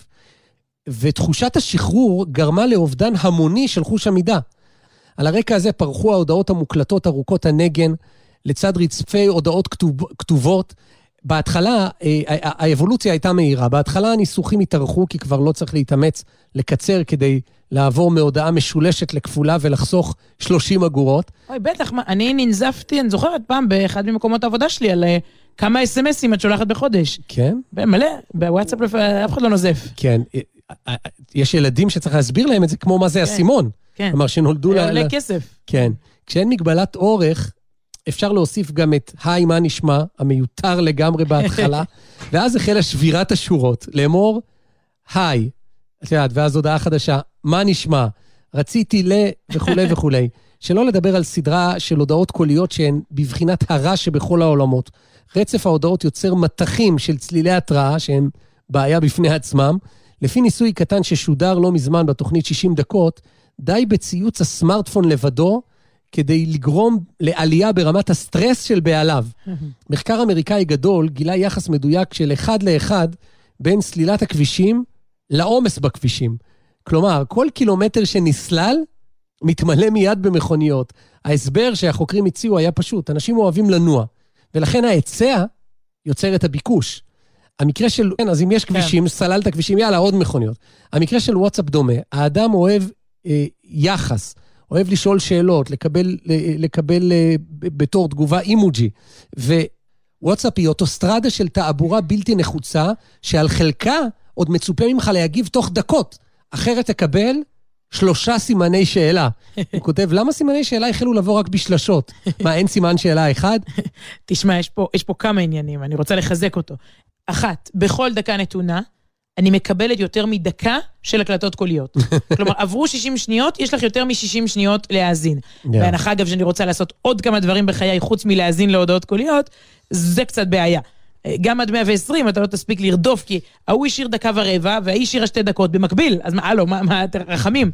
ותחושת השחרור גרמה לאובדן המוני של חוש המידה. על הרקע הזה פרחו ההודעות המוקלטות ארוכות הנגן, לצד רצפי הודעות כתוב, כתובות, בהתחלה, האבולוציה הייתה מהירה. בהתחלה הניסוחים התארכו, כי כבר לא צריך להתאמץ לקצר כדי לעבור מהודעה משולשת לכפולה ולחסוך שלושים אגורות. אוי, בטח, אני ננזפתי, אני זוכרת פעם באחד ממקומות העבודה שלי על כמה אס-אמסים את שולחת בחודש. כן? מלא, בוואטסאפ אף אחד לא נוזף. כן, יש ילדים שצריך להסביר להם את זה, כמו מה זה הסימון. כן. כלומר, שנולדו... זה עולה כסף. כן. כשאין מגבלת אורך, אפשר להוסיף גם את היי, מה נשמע, המיותר לגמרי בהתחלה, ואז החלה שבירת השורות, לאמור, היי, את יודעת, ואז הודעה חדשה, מה נשמע, רציתי ל... וכו' וכו'. שלא לדבר על סדרה של הודעות קוליות שהן בבחינת הרע שבכל העולמות. רצף ההודעות יוצר מתחים של צלילי התראה, שהם בעיה בפני עצמם. לפי ניסוי קטן ששודר לא מזמן בתוכנית שישים דקות, די בציוץ הסמארטפון לבדו, כדי לגרום לעלייה ברמת הסטרס של בעליו. מחקר אמריקאי גדול גילה יחס מדויק של אחד לאחד בין סלילת הכבישים לעומס בכבישים. כלומר, כל קילומטר שנסלל מתמלא מיד במכוניות. ההסבר שהחוקרים הציעו היה פשוט, אנשים אוהבים לנוע, ולכן ההיצע יוצר את הביקוש. המקרה של, כן, אז אם יש כבישים, סלל את הכבישים, יאללה, עוד מכוניות. המקרה של וואטסאפ דומה, האדם אוהב אה, יחס, אוהב לשאול שאלות, לקבל, לקבל בתור תגובה אימוג'י, ווואטסאפ היא אוטוסטרדה של תעבורה בלתי נחוצה, שעל חלקה עוד מצופה ממך להגיב תוך דקות, אחרת תקבל שלושה סימני שאלה. הוא כותב, למה סימני שאלה החלו לבוא רק בשלשות? מה, אין סימן שאלה אחד? תשמע, יש פה, יש פה כמה עניינים, אני רוצה לחזק אותו. אחת, בכל דקה נתונה, אני מקבלת יותר מדקה של הקלטות קוליות. כלומר, עברו שישים שניות, יש לך יותר מ-שישים שניות להאזין. Yeah. בהנחה, אגב, שאני רוצה לעשות עוד כמה דברים בחיי, חוץ מלהאזין להודעות קוליות, זה קצת בעיה. גם עד מאה ועשרים, אתה לא תספיק לרדוף, כי ההוא השאיר דקה ורבע, והיא השאירה שתי דקות במקביל, אז מה, לא, מה, מה, רחמים.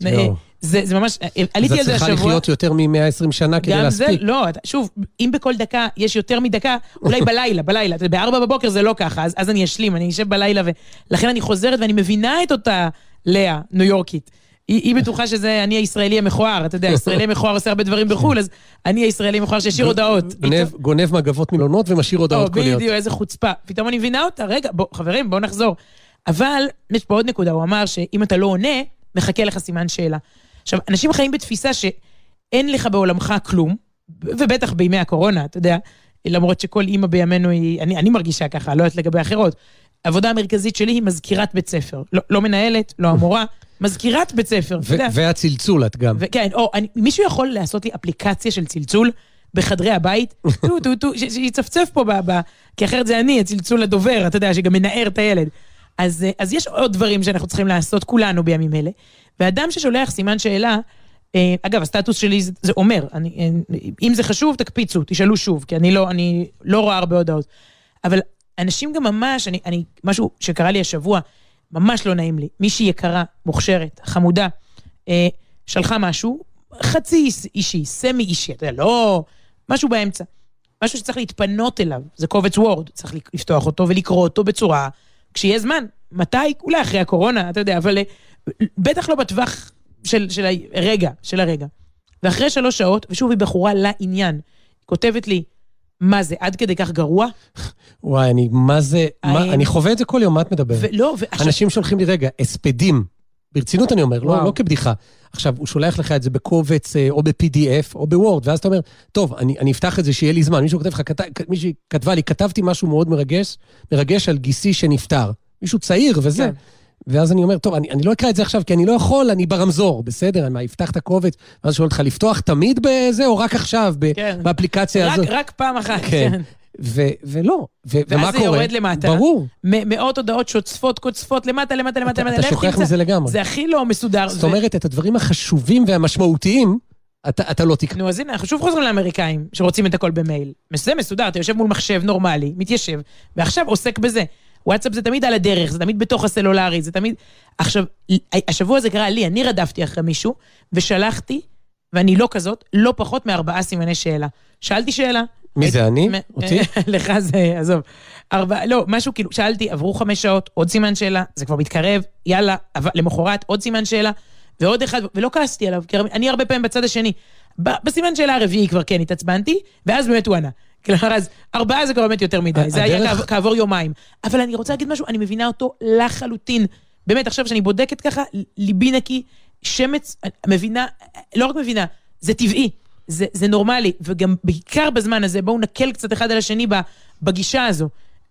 זה, זה ממש, עליתי על זה השבוע. זה צריכה לחיות יותר מ-מאה ועשרים שנה כדי להספיק. גם זה, לא, שוב, אם בכל דקה יש יותר מדקה, אולי בלילה, בלילה, בארבע בבוקר זה לא ככה, אז, אז אני אשלים, אני אשב בלילה, ולכן אני חוזרת ואני מבינה את אותה לאה, ניו יורקית. היא, היא בטוחה שזה אני הישראלי המכוער, אתה יודע, הישראלי המכוער עושה הרבה דברים בחול, אז אני הישראלי המכוער שהשאיר הודעות. גונב, גונב מגבות מלונות ומשאיר הודעות קוליות. בדיוק, איזה חוצפה. פתאום אני מבינה אותה, רגע, בוא, חברים, בואו נחזור. אבל יש פה עוד נקודה, הוא אמר שאם אתה לא עונה, מחכה לך סימן שאלה. עכשיו, אנשים חיים בתפיסה שאין לך בעולמך כלום, ובטח בימי הקורונה, אתה יודע, למרות שכל אימא בימינו היא, אני, אני מרגישה ככה, לא יודעת לגבי אחרות. העבודה המרכזית שלי היא מזכירת בית ספר. לא, לא מנהלת, לא המורה, מזכירת בית ספר. ו- והצלצול את גם. ו- כן, או, אני, מישהו יכול לעשות לי אפליקציה של צלצול בחדרי הבית? טו, טו, טו, ש- שיצפצף פה, ב- ב- כי אחרת זה אני, הצלצול הדובר, אתה יודע, שגם מנער את הילד. אז, אז יש עוד דברים שאנחנו צריכים לעשות כולנו בימים אלה. ואדם ששולח סימן שאלה, אגב, הסטטוס שלי זה, זה אומר, אני, אם זה חשוב, תקפיצו, תשאלו שוב, כי אני לא, אני לא רואה הרבה הודעות. אבל אנשים גם ממש, אני, אני, משהו שקרה לי השבוע, ממש לא נעים לי. מישהי יקרה, מוכשרת, חמודה, אה, שלחה משהו, חצי אישי, סמי אישי, אתה יודע, לא, משהו באמצע. משהו שצריך להתפנות אליו, זה קובץ וורד, צריך לפתוח אותו ולקרוא אותו בצורה, כשיהיה זמן, מתי? אולי אחרי הקורונה, אתה יודע, אבל בטח לא בטווח של, של הרגע, של הרגע. ואחרי שלוש שעות, ושוב היא בחורה לעניין, היא כותבת לי, מה זה, עד כדי כך גרוע? וואי, אני, מה זה, מה, אני חווה את זה כל יום, מה את מדבר? ולא, ועכשיו... אנשים שולחים לי רגע, אספדים, ברצינות אני אומר, לא, לא כבדיחה. עכשיו, הוא שולח לך את זה בקובץ, או ב-פי די אף, או בוורד, ואז אתה אומר, טוב, אני, אני אפתח את זה שיהיה לי זמן. מישהו כותב לך, כת... מישהו כתבה לי, כתבתי משהו מאוד מרגש, מרגש על גיסי שנפטר. מישהו צעיר וזה. כן. ואז אני אומר, טוב, אני, אני לא אקרא את זה עכשיו, כי אני לא יכול, אני ברמזור, בסדר? אני אפתח את הקובץ, ואז שואל אותך, לפתוח תמיד בזה, או רק עכשיו, כן. באפליקציה רק, הזאת? רק פעם אחת, כן. כן. ו- ולא, ו- ומה קורה? ואז זה יורד למטה. ברור. מאות הודעות שוצפות, קוצפות, למטה, למטה, למטה. אתה, אתה שוכח מזה לגמרי. זה הכי לא מסודר. זאת אומרת, את הדברים החשובים והמשמעותיים, אתה, אתה לא תקרא. נו, אז הנה, אנחנו שוב חוזרים לאמריקאים, שרוצים את הכל במייל. זה מסודר, אתה יושב מול מחשב נורמלי, מתיישב, ועכשיו עוסק בזה. וואטסאפ זה תמיד על הדרך, זה תמיד בתוך הסלולרי, זה תמיד... עכשיו, השבוע זה קרה לי, אני רדפתי אחרי מישהו, ושלחתי, ואני לא כזאת, לא פחות מארבעה סימני שאלה. שאלתי שאלה. מי זה, אני? אותי? לך זה, עזוב. ארבעה, לא, משהו כאילו, שאלתי, עברו חמש שעות, עוד סימן שאלה, זה כבר מתקרב, יאללה, למחרת, עוד סימן שאלה, ועוד אחד, ולא כעסתי עליו, כי אני הרבה פעמים בצד השני. בסימן שאלה הרביעי כבר כן התעצבנתי, ואז באמת הוא ענה. כלומר, אז ארבעה זה כבר באמת יותר מדי, זה היה כעבור יומיים. אבל אני רוצה להגיד משהו, אני מבינה אותו לחלוטין. באמת, עכשיו שאני בודקת ככה, ליבי נקי, שמץ, מבינה, לא רק מבינה, זה טבעי, זה, זה נורמלי, וגם בעיקר בזמן הזה, בואו נקל קצת אחד על השני בגישה הזו.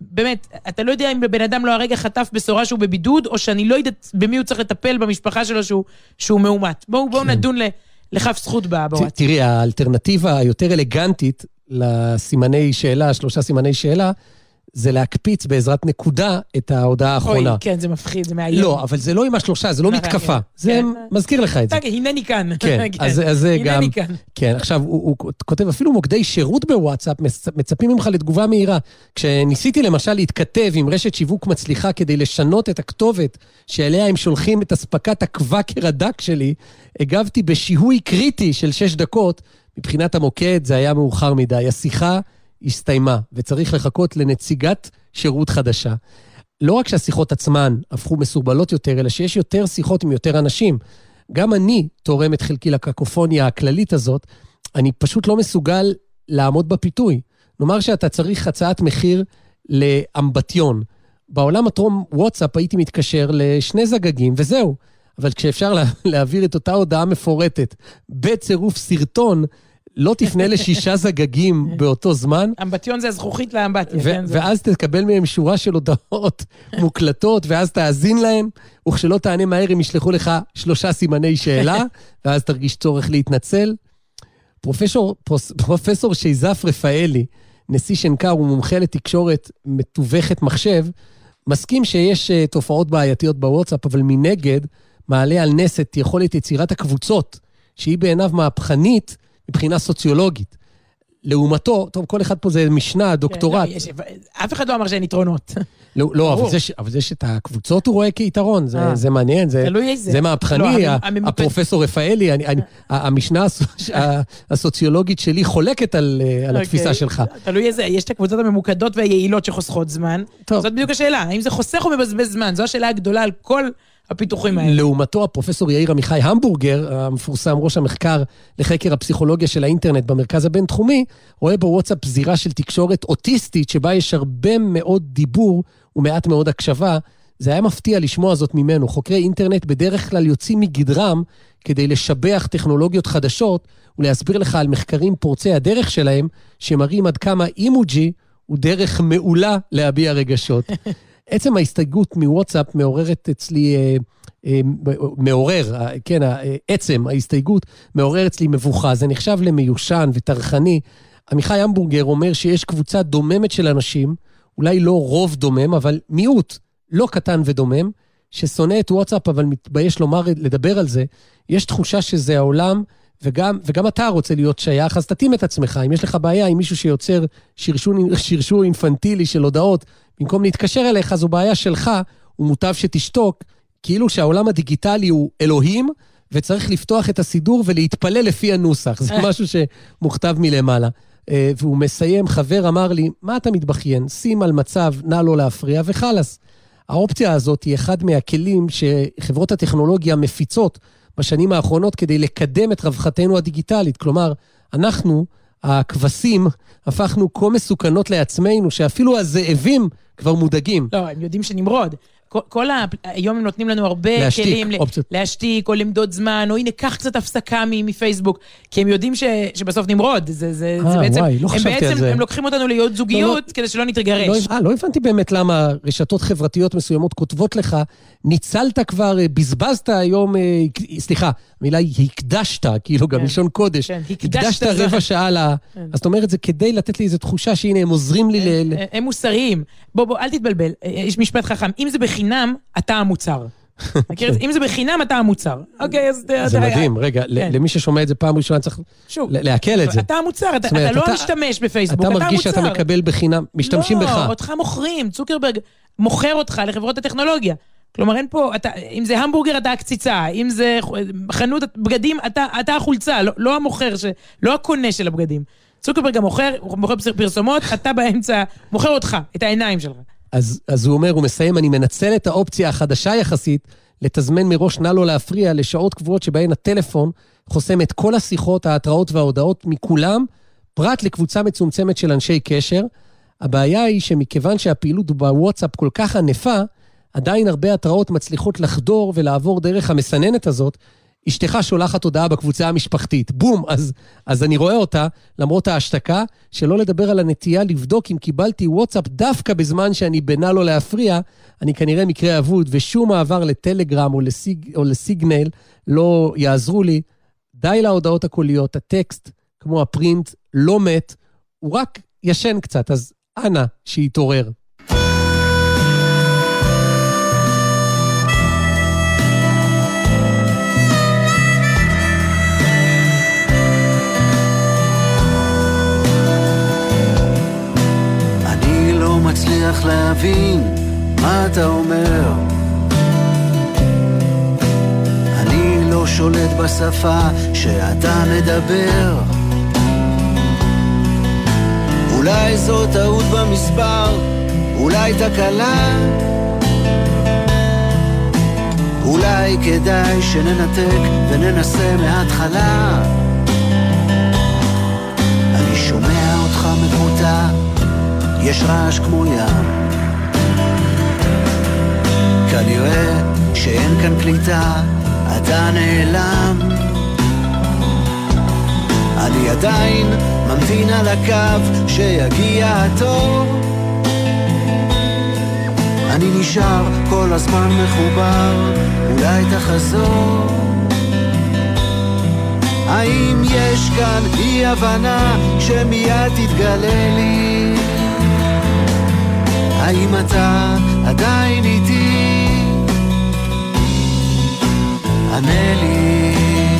באמת, אתה לא יודע אם בן אדם לא הרגע חטף בשורה שהוא בבידוד, או שאני לא יודעת במי הוא צריך לטפל במשפחה שלו שהוא, שהוא מאומת. בואו בוא נדון לכף זכות בוואטסאפ. תראי, האלטרנטיבה היותר אלגנטית לסימני שאלה, שלושה סימני שאלה, זה להקפיץ בעזרת נקודה את ההודעה האחרונה. אוי, כן, זה מפחיד, זה מאיים. לא, אבל זה לא עם השלושה, זה לא מתקפה. זה מזכיר לך את זה. הנני כאן. כן, אז זה גם... כן, עכשיו, הוא כותב, אפילו מוקדי שירות בוואטסאפ מצפים ממך לתגובה מהירה. כשניסיתי למשל להתכתב עם רשת שיווק מצליחה כדי לשנות את הכתובת שאליה הם שולחים את הספקת הקוואקר הדק שלי, הגבתי בשיהוי קריטי של שש דקות. מבחינת המוקד זה היה מאוחר מדי. השיחה הסתיימה, וצריך לחכות לנציגת שירות חדשה. לא רק שהשיחות עצמן הפכו מסורבלות יותר, אלא שיש יותר שיחות עם יותר אנשים. גם אני תורם את חלקי לקקופוניה הכללית הזאת, אני פשוט לא מסוגל לעמוד בפיתוי. נאמר שאתה צריך הצעת מחיר לאמבטיון. בעולם הטרום וואטסאפ הייתי מתקשר לשני זגגים, וזהו. אבל כשאפשר לה, להעביר את אותה הודעה מפורטת בצירוף סרטון, לא תפנה לשישה זגגים באותו זמן. אמבטיון זה הזכוכית לאמבטיה. ואז תקבל מהם שורה של הודעות מוקלטות, ואז תאזין להן, וכשלא תענה מהר, הם ישלחו לך שלושה סימני שאלה, ואז תרגיש צורך להתנצל. פרופסור שייזף רפאלי, נשיא שנקר ומומחה לתקשורת מתווכת מחשב, מסכים שיש תופעות בעייתיות בוואטסאפ, אבל מנגד מעלה על נס את יכולת יצירת הקבוצות, שהיא בעיניו מהפכנית, מבחינה סוציולוגית. לעומתו, טוב, כל אחד פה זה משנה, דוקטורט. אף אחד לא אמר שאין יתרונות. לא, אבל זה שאת הקבוצות הוא רואה כיתרון, זה מעניין, זה מהפכני, הפרופסור רפאלי, המשנה הסוציולוגית שלי חולקת על התפיסה שלך. תלוי איזה, יש את הקבוצות הממוקדות והיעילות שחוסכות זמן. זאת בדיוק השאלה, האם זה חוסך או מבזבז זמן? זו השאלה הגדולה על כל הפיתוחים האלה. לעומתו, הפרופסור יאיר עמיחי המבורגר, המפורסם ראש המחקר לחקר הפסיכולוגיה של האינטרנט במרכז הבינתחומי, רואה בוואטסאפ זירה של תקשורת אוטיסטית, שבה יש הרבה מאוד דיבור ומעט מאוד הקשבה. זה היה מפתיע לשמוע זאת ממנו. חוקרי אינטרנט בדרך כלל יוצאים מגדרם כדי לשבח טכנולוגיות חדשות, ולהסביר לך על מחקרים פורצי הדרך שלהם, שמראים עד כמה אימוג'י הוא דרך מעולה להביע רגשות. עצם ההסתייגות מוואטסאפ מעוררת אצלי, אה, אה, מעורר, אה, כן, עצם ההסתייגות מעורר אצלי מבוכה. זה נחשב למיושן ותרחני. עמיחי המבורגר אומר שיש קבוצה דוממת של אנשים, אולי לא רוב דומם, אבל מיעוט לא קטן ודומם, ששונא את וואטסאפ, אבל מתבייש לומר, לדבר על זה. יש תחושה שזה העולם, וגם, וגם אתה רוצה להיות שייך, אז תתאים את עצמך. אם יש לך בעיה עם מישהו שיוצר שרשור, שרשור אינפנטילי של הודעות, במקום להתקשר אליך, זו בעיה שלך, ומוטב שתשתוק, כאילו שהעולם הדיגיטלי הוא אלוהים, וצריך לפתוח את הסידור ולהתפלל לפי הנוסח. זה משהו שמוכתב מלמעלה. והוא מסיים, חבר אמר לי, מה אתה מתבכיין? שים על מצב, נא לא להפריע, וחלס. האופציה הזאת היא אחד מהכלים שחברות הטכנולוגיה מפיצות בשנים האחרונות כדי לקדם את רווחתנו הדיגיטלית. כלומר, אנחנו, הכבשים, הפכנו כה מסוכנות לעצמנו, שאפילו הזאבים כבר מודאגים. לא, הם יודעים שנמרוד. כל, כל ה... היום הם נותנים לנו הרבה להשתיק, כלים אופציות. להשתיק או למדוד זמן, או הנה, קח קצת הפסקה מפייסבוק, כי הם יודעים ש... שבסוף נמרוד. זה, זה, 아, זה בעצם, וואי, לא הם בעצם, זה. הם לוקחים אותנו להיות זוגיות, לא, לא, כדי שלא נתרגרש. לא, לא הבנתי באמת למה רשתות חברתיות מסוימות כותבות לך, ניצלת כבר, בזבזת היום, סליחה, המילה היא הקדשת, כאילו גם לישון קודש, כן, הקדשת רבע שעה לה, כן. אז זאת אומרת, זה כדי לתת לי איזו תחושה שהנה, הם עוזרים לי הם, ל... הם מוסריים. בוא, בוא, אל תתבלבל, יש משפט חכם, אם זה בחינם, אתה המוצר. אם זה בחינם, אתה המוצר. אוקיי, אז... זה מדהים, רגע, למי ששומע את זה פעם ראשונה, צריך להקל את זה. אתה המוצר, אתה לא משתמש בפייסבוק, אתה המוצר. אתה מרגיש שאתה מקבל בחינם, משתמשים בך. לא, אותך מוכרים, צוקרברג מוכר אותך לחברות הטכנולוגיה. כלומר, אין פה, אם זה המבורגר, אתה הקציצה, אם זה חנות בגדים, אתה החולצה, לא המוכר, לא הקונה של הבגדים. צוקרברג המוכר, הוא מוכר פרסומות, אתה באמצע, מוכר אותך, את העיניים שלך. אז, אז הוא אומר, הוא מסיים, אני מנצל את האופציה החדשה יחסית, לתזמן מראש נא לא להפריע לשעות קבועות שבהן הטלפון חוסם את כל השיחות, ההתראות וההודעות מכולם, פרט לקבוצה מצומצמת של אנשי קשר. הבעיה היא שמכיוון שהפעילות בוואטסאפ כל כך ענפה, עדיין הרבה התראות מצליחות לחדור ולעבור דרך המסננת הזאת, אשתך שולחת הודעה בקבוצה המשפחתית, בום, אז, אז אני רואה אותה, למרות ההשתקה, שלא לדבר על הנטייה לבדוק אם קיבלתי וואטסאפ דווקא בזמן שאני בינה לו להפריע, אני כנראה מקרה אבוד, ושום מעבר לטלגרם או, לסיג, או לסיגנל לא יעזרו לי. די להודעות הקוליות, הטקסט, כמו הפרינט, לא מת, הוא רק ישן קצת, אז אנא שיתעורר. מצליח להבין מה אתה אומר, אני לא שולט בשפה שאתה מדבר, אולי זו טעות במספר, אולי תקלה, אולי כדאי שננתק וננסה מההתחלה. אני שומע אותך מקוטע, יש רעש כמו ים, כנראה שאין כאן קליטה, אתה נעלם, אני עדיין ממתין על הקו שיגיע התור, אני נשאר כל הזמן מחובר, אולי תחזור. האם יש כאן אי הבנה שמיד תתגלה לי, האם אתה עדיין איתי? ענה לי.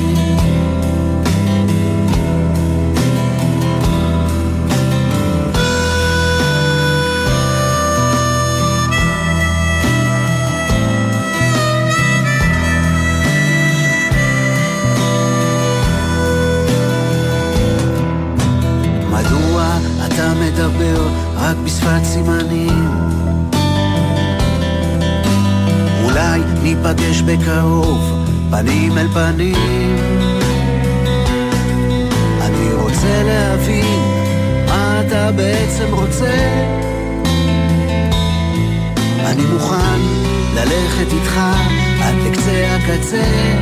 מדוע אתה מדבר רק בשפת סימנים? אולי ניפגש בקרוב, פנים אל פנים. אני רוצה להבין מה אתה בעצם רוצה, אני מוכן ללכת איתך עד לקצה הקצה.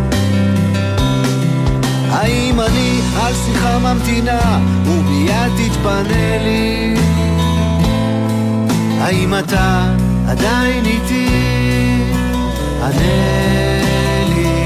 האם אני על שיחה ממתינה ומיד תתפנה לי? האם אתה עדיין איתי? ענה לי.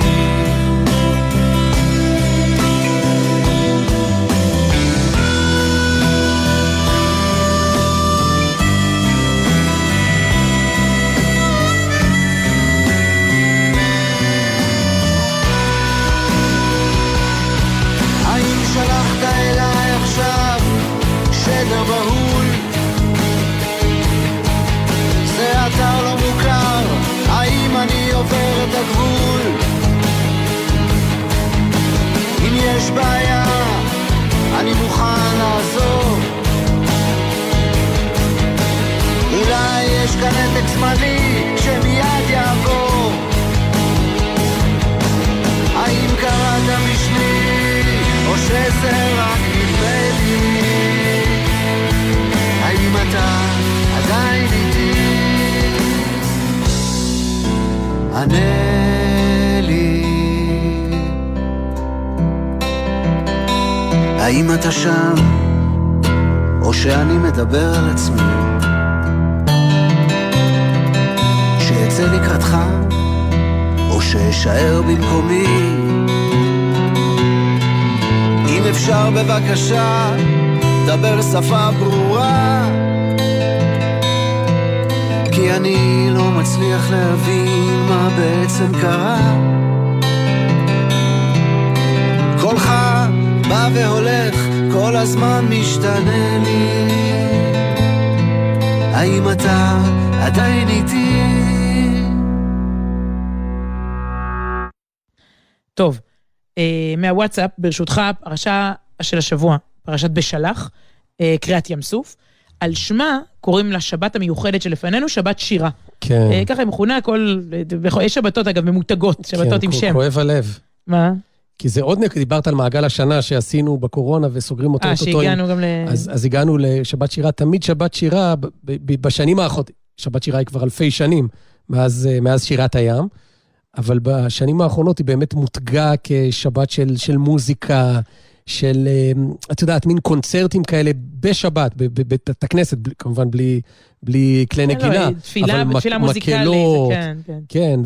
האם שלחת אליי עכשיו שדר בהול? זה אתר לא מוכר, האם אני עובר את הגבול? אם יש בעיה, אני מוכן לעזור. אולי יש כאן נתק זמני שמיד יעבור. האם קראת בשמי, או שזה רק נדמה לי? האם אתה עדיין איתי? ענה לי. האם אתה שם, או שאני מדבר על עצמי? שיצא לקראתך, או שישאר במקומי? אם אפשר בבקשה, דבר שפה ברורה, כי אני לא מצליח להבין מה בעצם קרה. קולך בא והולך, כל הזמן משתנה לי. האם אתה עדיין איתי? טוב, אה, מהוואטסאפ, ברשותך, פרשה של השבוע, פרשת בשלח, אה, קריאת ים סוף. על שמה קוראים לה שבת המיוחדת שלפנינו, שבת שירה. כן. אה, ככה היא מכונה, כל, יש שבתות אגב ממותגות, שבתות כן, עם שם. כואב הלב. מה? כי זה עוד נקד, דיברת על מעגל השנה שעשינו בקורונה וסוגרים אותו. אה, שהגענו גם ל... אז, אז הגענו לשבת שירה, תמיד שבת שירה, ב, ב, בשנים האחרות, שבת שירה היא כבר אלפי שנים, מאז, מאז שירת הים, אבל בשנים האחרונות היא באמת מותגה כשבת של, של מוזיקה, של, את יודעת, מין קונצרטים כאלה בשבת, בבית הכנסת, כמובן בלי, בלי כלי נגינה. תפילה, תפילה מוזיקלית, כן, כן. כן,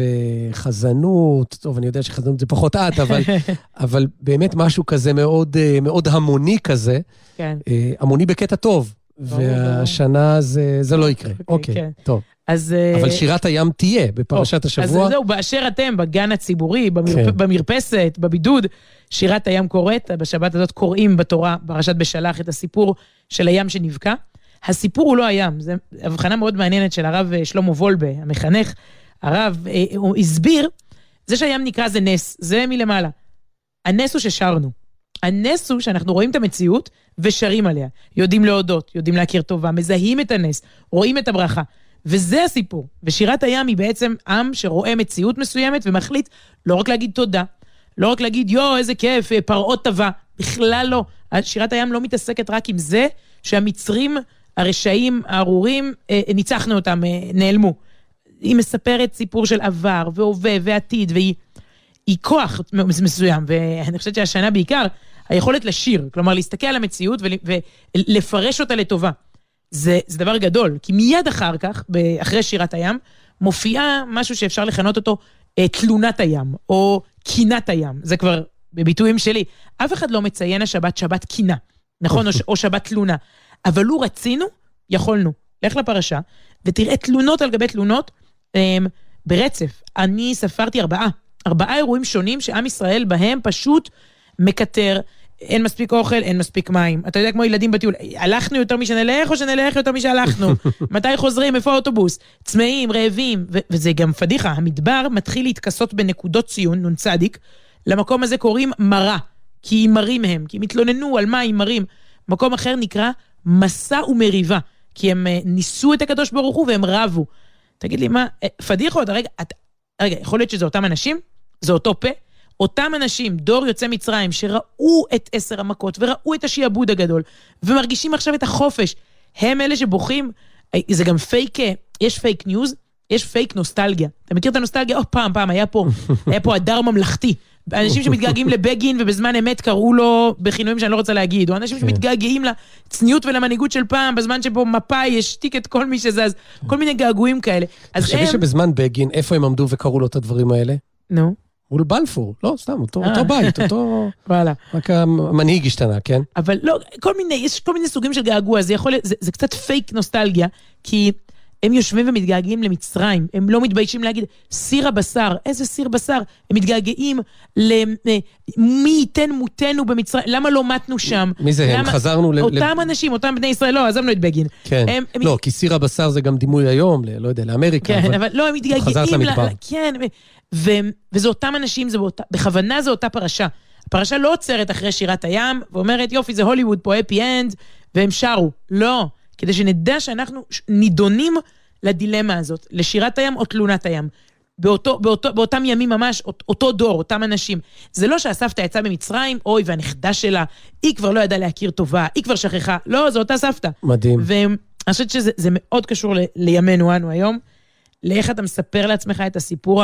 וחזנות, טוב, אני יודע שחזנות זה פחות את, אבל, אבל באמת משהו כזה מאוד, מאוד המוני כזה, כן. המוני בקטע טוב, והשנה זה, זה לא יקרה. אוקיי, כן. טוב. אז, אבל שירת הים תהיה בפרשת השבוע. אז זהו, באשר אתם, בגן הציבורי, במרפ... במרפסת, בבידוד, שירת הים קוראת, בשבת הזאת קוראים בתורה, פרשת בשלח, את הסיפור של הים שנבקע. הסיפור הוא לא הים, זו הבחנה מאוד מעניינת של הרב שלמה וולבה, המחנך. הרב, הוא הסביר, זה שהים נקרא זה נס, זה מלמעלה. הנס הוא ששרנו. הנס הוא שאנחנו רואים את המציאות ושרים עליה. יודעים להודות, יודעים להכיר טובה, מזהים את הנס, רואים את הברכה. וזה הסיפור. ושירת הים היא בעצם עם שרואה מציאות מסוימת ומחליט לא רק להגיד תודה, לא רק להגיד יו איזה כיף, פרעות טובה, בכלל לא. שירת הים לא מתעסקת רק עם זה שהמצרים, הרשעים, הארורים, ניצחנו אותם, נעלמו. היא מספרת סיפור של עבר והווה ועתיד, והיא היא כוח מסוים, ואני חושבת שהשנה בעיקר, היכולת לשיר, כלומר להסתכל על המציאות ולפרש אותה לטובה. זה, זה דבר גדול, כי מיד אחר כך, אחרי שירת הים, מופיעה משהו שאפשר לכנות אותו תלונת הים, או קינת הים. זה כבר בביטויים שלי. אף אחד לא מציין השבת שבת קינה, נכון? או, או שבת תלונה. אבל לו רצינו, יכולנו. לך לפרשה, ותראה תלונות על גבי תלונות הם, ברצף. אני ספרתי ארבעה. ארבעה אירועים שונים שעם ישראל בהם פשוט מקטר, אין מספיק אוכל, אין מספיק מים. אתה יודע, כמו ילדים בטיול, הלכנו יותר משנלך או שנלך יותר משהלכנו? מתי חוזרים? איפה האוטובוס? צמאים, רעבים, ו- וזה גם פדיחה. המדבר מתחיל להתכסות בנקודות ציון, נון צדיק, למקום הזה קוראים מרה, כי מרים הם, כי הם התלוננו על מה הם מרים. מקום אחר נקרא מסע ומריבה, כי הם ניסו את הקדוש ברוך הוא והם רבו. תגיד לי, מה, פדיחות, רגע, את, רגע, יכול להיות שזה אותם אנשים? זה אותו פה? אותם אנשים, דור יוצא מצרים, שראו את עשר המכות, וראו את השיעבוד הגדול, ומרגישים עכשיו את החופש, הם אלה שבוכים, זה גם פייק, יש פייק ניוז, יש פייק נוסטלגיה. אתה מכיר את הנוסטלגיה? או פעם, פעם, היה פה, היה פה הדר ממלכתי, אנשים שמתגעגעים לבגין, ובזמן אמת קראו לו בכינויים שאני לא רוצה להגיד, או אנשים שמתגעגעים לצניעות ולמנהיגות של פעם, בזמן שבו מפאי השתיק את כל מי שזז, כל מיני געגועים כאלה. תחשבי שבזמן בגין, איפה הם עמדו וקראו לו את הדברים האלה? נו. מול בלפור, לא, סתם, אותו, אותו בית, אותו... וואלה. רק המנהיג השתנה, כן? אבל לא, כל מיני, יש כל מיני סוגים של געגוע, זה יכול, זה, זה קצת פייק נוסטלגיה, כי הם יושבים ומתגעגעים למצרים, הם לא מתביישים להגיד, סיר הבשר, איזה סיר בשר? הם מתגעגעים למי ייתן מותנו במצרים, למה לא מתנו שם? מי זה הם? חזרנו ל... אותם אנשים, אותם בני ישראל, לא, עזבנו את בגין. כן, לא, כי סיר הבשר זה גם דימוי היום, לא יודע, לאמריקה, אבל לא, הם מתגעגעים, כן, וזה אותם אנשים, בכוונה זה אותה פרשה. הפרשה לא עוצרת אחרי שירת הים, ואומרת, יופי, זה הוליווד פה, אפי אנד, והם שרו. לא. כדי שנדע שאנחנו נידונים לדילמה הזאת, לשירת הים או תלונת הים. באותו, באותו, באותם ימים ממש, אותו דור, אותם אנשים. זה לא שהסבתא יצאה במצרים, אוי, והנכדה שלה, היא כבר לא ידעה להכיר טובה, היא כבר שכחה. לא, זו אותה סבתא. מדהים. ואני חושבת שזה זה מאוד קשור ל, לימינו אנו היום, לאיך אתה מספר לעצמך את הסיפור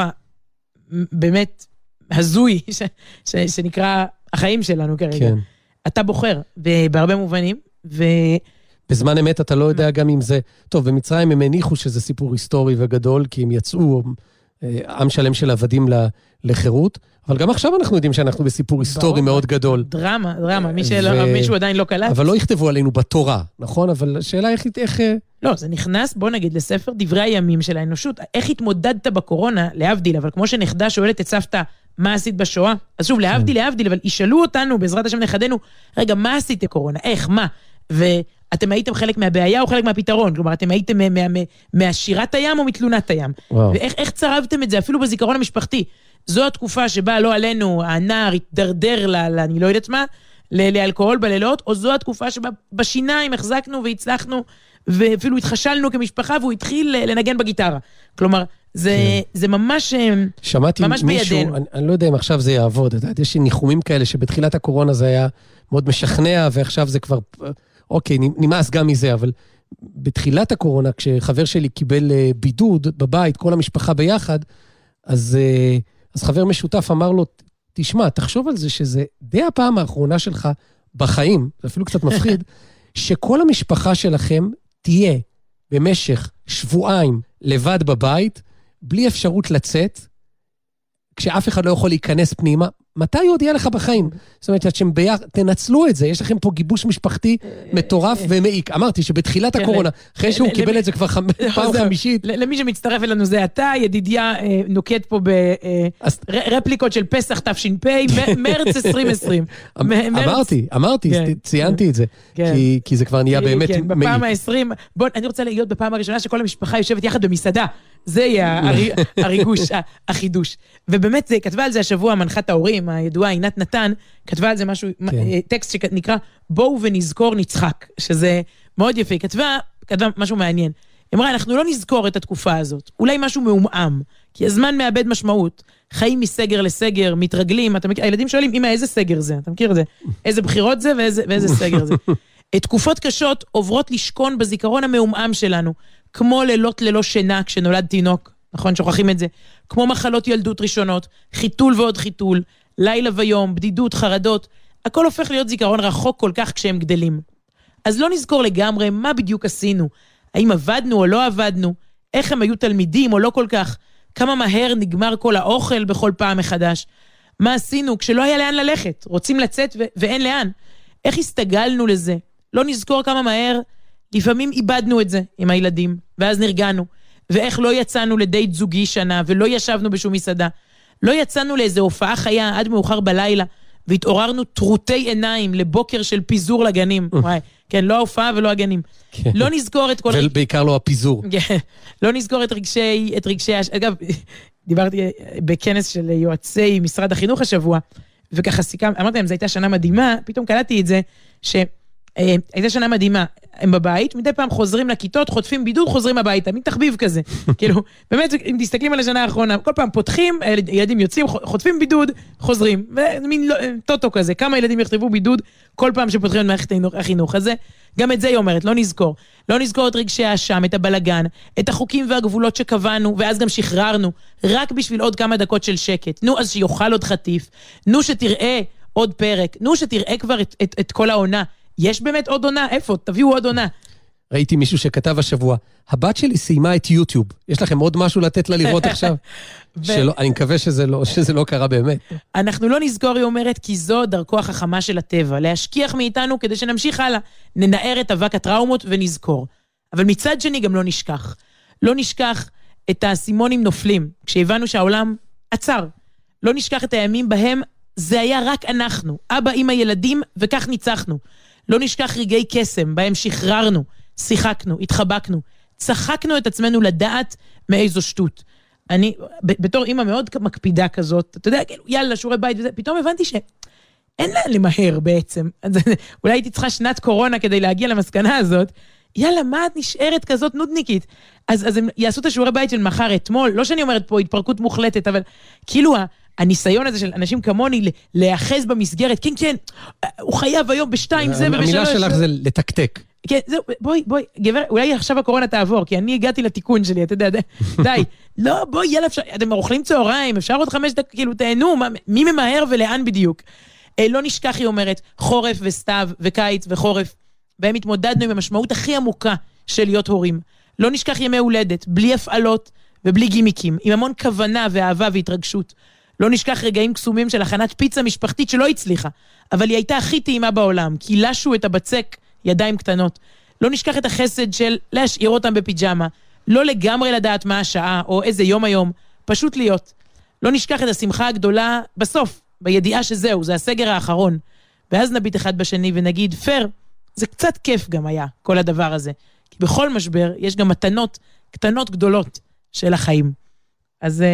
הבאמת הזוי, ש, ש, שנקרא החיים שלנו כרגע. כן. אתה בוחר, בהרבה מובנים, ו... בזמן אמת אתה לא יודע גם אם זה... טוב, במצרים הם הניחו שזה סיפור היסטורי וגדול, כי הם יצאו עם שלם של עבדים לחירות, אבל גם עכשיו אנחנו יודעים שאנחנו בסיפור היסטורי מאוד גדול. דרמה, דרמה, מי שלא, מישהו עדיין לא קלט. אבל לא יכתבו עלינו בתורה, נכון? אבל השאלה איך... לא, זה נכנס, בוא נגיד, לספר דברי הימים של האנושות. איך התמודדת בקורונה, להבדיל, אבל כמו שנכדה שואלת את סבתא, מה עשית בשואה? אז שוב, להבדיל, להבדיל, אבל ישאלו אותנו, בעזרת השם נכדנו, רגע, מה עשית בקורונה? איך, מה? ואתם הייתם חלק מהבעיה או חלק מהפתרון? כלומר, אתם הייתם מה, מה, מה, מהשירת הים או מתלונת הים? וואו. ואיך איך צרבתם את זה, אפילו בזיכרון המשפחתי? זו התקופה שבה לא עלינו, הנער התדרדר ל, ל, אני לא יודעת מה, ל, לאלכוהול בלילות, או זו התקופה שבה בשיניים החזקנו והצלחנו, ואפילו התחשלנו כמשפחה, והוא התחיל לנגן בגיטרה. כלומר, זה, כן. זה ממש, שמעתי ממש מישהו, בידינו. אני, אני לא יודע אם עכשיו זה יעבוד, יש ניחומים כאלה שבתחילת הקורונה זה היה מאוד משכנע, ועכשיו זה כבר, אוקיי, נמאס גם מזה, אבל בתחילת הקורונה, כשחבר שלי קיבל בידוד בבית, כל המשפחה ביחד, אז, אז חבר משותף אמר לו, תשמע, תחשוב על זה שזה די הפעם האחרונה שלך בחיים, זה אפילו קצת מפחיד, שכל המשפחה שלכם תהיה במשך שבועיים לבד בבית, בלי אפשרות לצאת, כשאף אחד לא יכול להיכנס פנימה, מתי הוא הודיע לך בחיים? זאת אומרת, שאתם ביחד, תנצלו את זה, יש לכם פה גיבוש משפחתי מטורף ומעיק. אמרתי שבתחילת הקורונה, אחרי שהוא קיבל את זה כבר פעם חמישית. למי שמצטרף אלינו זה אתה, ידידיה נוקט פה ברפליקות של פסח תש"פ, מרץ עשרים עשרים. אמרתי, אמרתי, ציינתי את זה, כי זה כבר נהיה באמת מעיק. בפעם ה-עשרים, בוא, אני רוצה להיות בפעם הראשונה שכל המשפחה יושבת יחד במסעדה. זה יהיה הריגוש, החידוש. ובאמת, כתבה על זה השבוע מנחת ההורים, הידועה עינת נתן, כתבה על זה משהו, טקסט שנקרא, בואו ונזכור נצחק, שזה מאוד יפה. כתבה, כתבה משהו מעניין. היא אמרה, אנחנו לא נזכור את התקופה הזאת, אולי משהו מעומעם, כי הזמן מאבד משמעות, חיים מסגר לסגר, מתרגלים, אתה מכיר, הילדים שואלים, אמא, איזה סגר זה? אתה מכיר את זה? איזה בחירות זה ואיזה, ואיזה סגר זה? תקופות קשות עוברות לשכון בזיכרון המעומעם שלנו, כמו לילות ללא שינה כשנולד תינוק, נכון, שוכחים את זה, כמו מחלות ילדות ראשונות, חיתול ועוד חיתול, לילה ויום, בדידות, חרדות, הכל הופך להיות זיכרון רחוק כל כך כשהם גדלים. אז לא נזכור לגמרי מה בדיוק עשינו, האם עבדנו או לא עבדנו, איך הם היו תלמידים או לא כל כך, כמה מהר נגמר כל האוכל בכל פעם מחדש, מה עשינו כשלא היה לאן ללכת, רוצים לצאת ו- ואין לאן, איך הסתגלנו לזה, לא נזכור כמה מהר, לפעמים איבדנו את זה עם הילדים, ואז נרגענו, ואיך לא יצאנו לדייט זוגי שנה, ולא ישבנו בשום מסעדה, לא יצאנו לאיזו הופעה חיה עד מאוחר בלילה, והתעוררנו טרוטי עיניים לבוקר של פיזור לגנים. וואי, כן, לא ההופעה ולא הגנים. לא נזכור את כל... ובעיקר לא הפיזור. לא נזכור את רגשי, את רגשי... אגב, דיברתי בכנס של יועצי משרד החינוך השבוע, וככה סיכם, אמרתי להם, זו הייתה שנה מדהימה, פתאום קלטתי את זה, ש... הייתה שנה מדהימה, הם בבית, מדי פעם חוזרים לכיתות, חוטפים בידוד, חוזרים הביתה, מין תחביב כזה. כאילו, באמת, אם תסתכלים על השנה האחרונה, כל פעם פותחים, ילדים יוצאים, חוטפים בידוד, חוזרים, ומין טוטו כזה, כמה ילדים יכתבו בידוד, כל פעם שפותחים את מערכת החינוך הזה, גם את זה היא אומרת, לא נזכור. לא נזכור את רגשי האשם, את הבלגן, את החוקים והגבולות שקבענו, ואז גם שחררנו, רק בשביל עוד כמה דקות של שקט. נו, אז שיוכל עוד חטיף, נו שתראה עוד פרק, נו שתראה כבר את, את, את כל העונה. יש באמת עוד עונה? איפה? תביאו עוד עונה. ראיתי מישהו שכתב השבוע, הבת שלי סיימה את יוטיוב. יש לכם עוד משהו לתת לה לראות עכשיו? שלא, אני מקווה שזה לא, שזה לא קרה באמת. אנחנו לא נזכור, היא אומרת, כי זו דרכו החכמה של הטבע, להשכיח מאיתנו כדי שנמשיך הלאה, ננער את אבק הטראומות ונזכור. אבל מצד שני גם לא נשכח. לא נשכח את האסימונים נופלים, כשהבנו שהעולם עצר. לא נשכח את הימים בהם זה היה רק אנחנו, אבא, אמא, ילדים, וכך ניצחנו. לא נשכח רגעי קסם, בהם שחררנו, שיחקנו, התחבקנו, צחקנו את עצמנו לדעת מאיזו שטות. אני, בתור אמא מאוד מקפידה כזאת, אתה יודע, יאללה, שיעורי בית וזה, פתאום הבנתי שאין לה למהר בעצם. אולי הייתי צריכה שנת קורונה כדי להגיע למסקנה הזאת. יאללה, מה את נשארת כזאת נודניקית? אז, אז הם יעשו את השיעורי בית של מחר אתמול, לא שאני אומרת פה התפרקות מוחלטת, אבל כאילו הניסיון הזה של אנשים כמוני להיאחז במסגרת, כן, כן, הוא חייב היום בשתיים זה ובשלוש. המילה שלך זה לתקתק. כן, זהו, בואי, בואי, גבר, אולי עכשיו הקורונה תעבור, כי אני הגעתי לתיקון שלי, אתה יודע, די, לא, בואי, יאללה, אפשר, אתם אוכלים צהריים, אפשר עוד חמש דקות, כאילו, תהנו, מי ממהר ולאן בדיוק? לא נשכח, היא אומרת, חורף וסתיו וקיץ וחורף, בהם התמודדנו עם המשמעות הכי עמוקה של להיות הורים. לא נשכח ימי הולדת, בלי הפעלות ובלי גימיקים, עם המון כוונה ואהבה והתרגשות. לא נשכח רגעים קסומים של הכנת פיצה משפחתית שלא הצליחה, אבל היא הייתה הכי טעימה בעולם, כי לשו את הבצק ידיים קטנות. לא נשכח את החסד של להשאיר אותם בפיג'מה, לא לגמרי לדעת מה השעה או איזה יום היום, פשוט להיות. לא נשכח את השמחה הגדולה בסוף, בידיעה שזהו, זה הסגר האחרון. ואז נביט אחד בשני ונגיד, פר, זה קצת כיף גם היה, כל הדבר הזה. כי בכל משבר יש גם מתנות קטנות גדולות של החיים. אז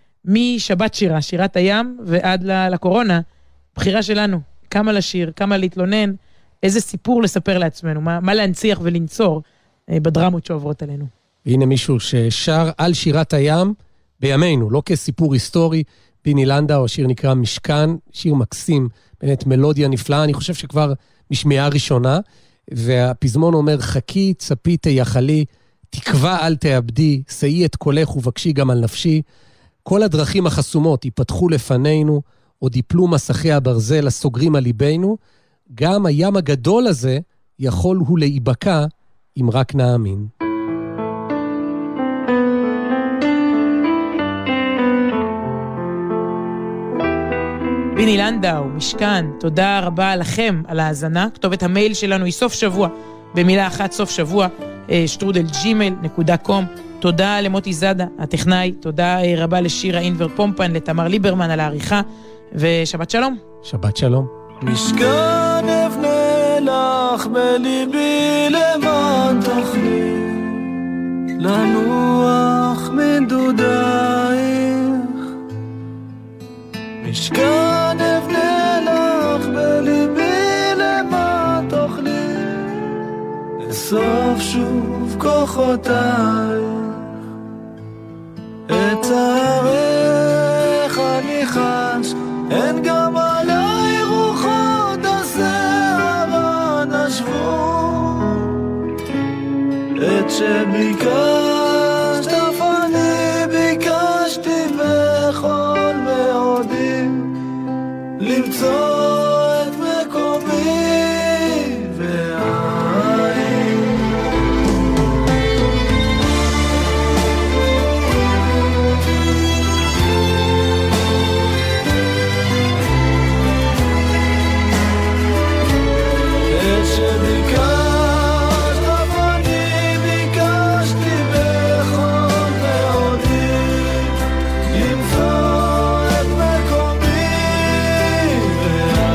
משבת שירה, שירת הים, ועד לקורונה, בחירה שלנו, כמה לשיר, כמה להתלונן, איזה סיפור לספר לעצמנו, מה, מה להנציח ולנצור בדרמות שעוברות עלינו. והנה מישהו ששר על שירת הים בימינו, לא כסיפור היסטורי, פיני לנדאו, השיר נקרא משכן, שיר מקסים, באמת מלודיה נפלאה, אני חושב שכבר משמיעה ראשונה, והפזמון אומר, חכי, צפי, תייחלי, תקווה אל תאבדי, שאי את קולך ובקשי גם על נפשי, כל הדרכים החסומות ייפתחו לפנינו, עוד ייפלו מסכי הברזל הסוגרים על ליבנו, גם הים הגדול הזה יכול הוא להיבקע אם רק נאמין. ביני לנדאו, משכן, תודה רבה לכם על ההאזנה. כתובת המייל שלנו היא סוף שבוע, במילה אחת סוף שבוע, שטרודל ג'ימייל נקודה קום. תודה למוטי זדה, הטכנאי, תודה רבה לשירה אינבר פומפן, לתמר ליברמן על העריכה, ושבת שלום. שבת שלום. משכן אבנה לך בליבי למען תוכלי לנוח מדודייך, משכן אבנה לך בליבי למען תוכלי לסוף שוב כוחותייך, את צערך אני חש, אין גם עליי רוחות הסערה נשבו, את שביקשת אף אני ביקשתי בכל מאודי למצוא את מקומי והעין. את שביקשת אף אני ביקשתי בכל מאודי למצוא את מקומי והעין.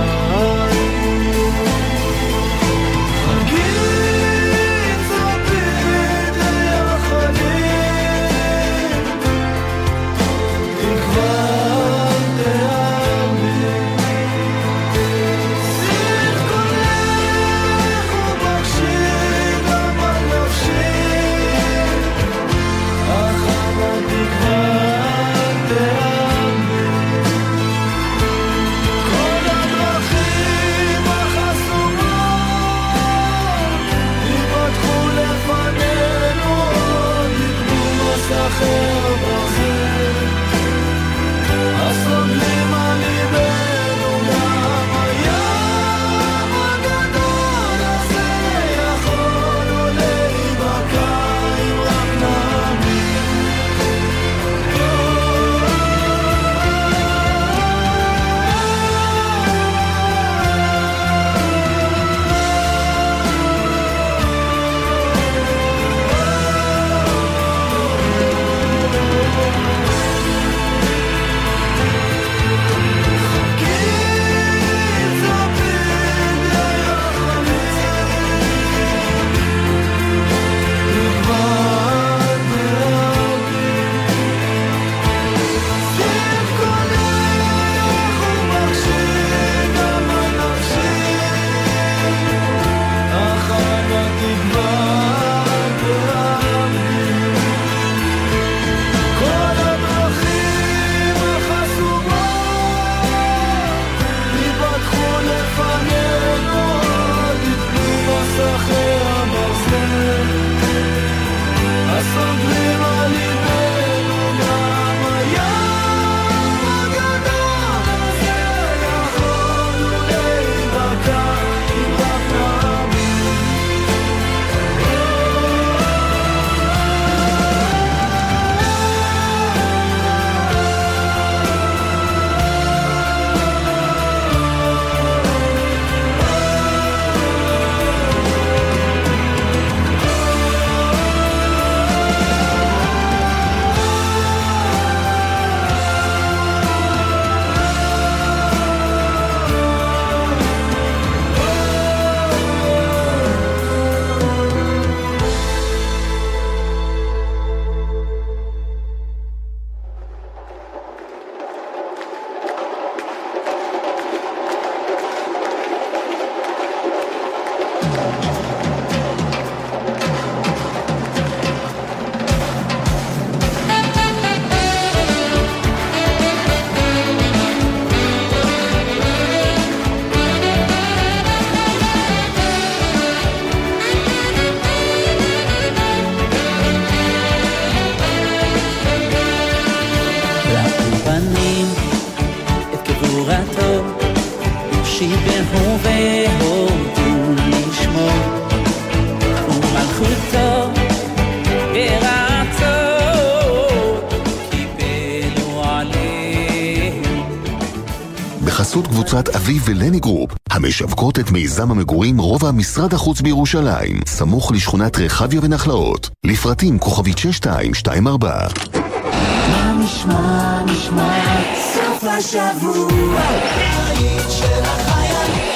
בחסות קבוצת אביב ולני גרופ, המשווקות את מיזם המגורים רובע משרד החוץ בירושלים, סמוך לשכונת רחביה ונחלאות. לפרטים כוכבית שש שתיים שתיים ארבע. מה נשמע, נשמע, סוף השבוע, היית של החיילים.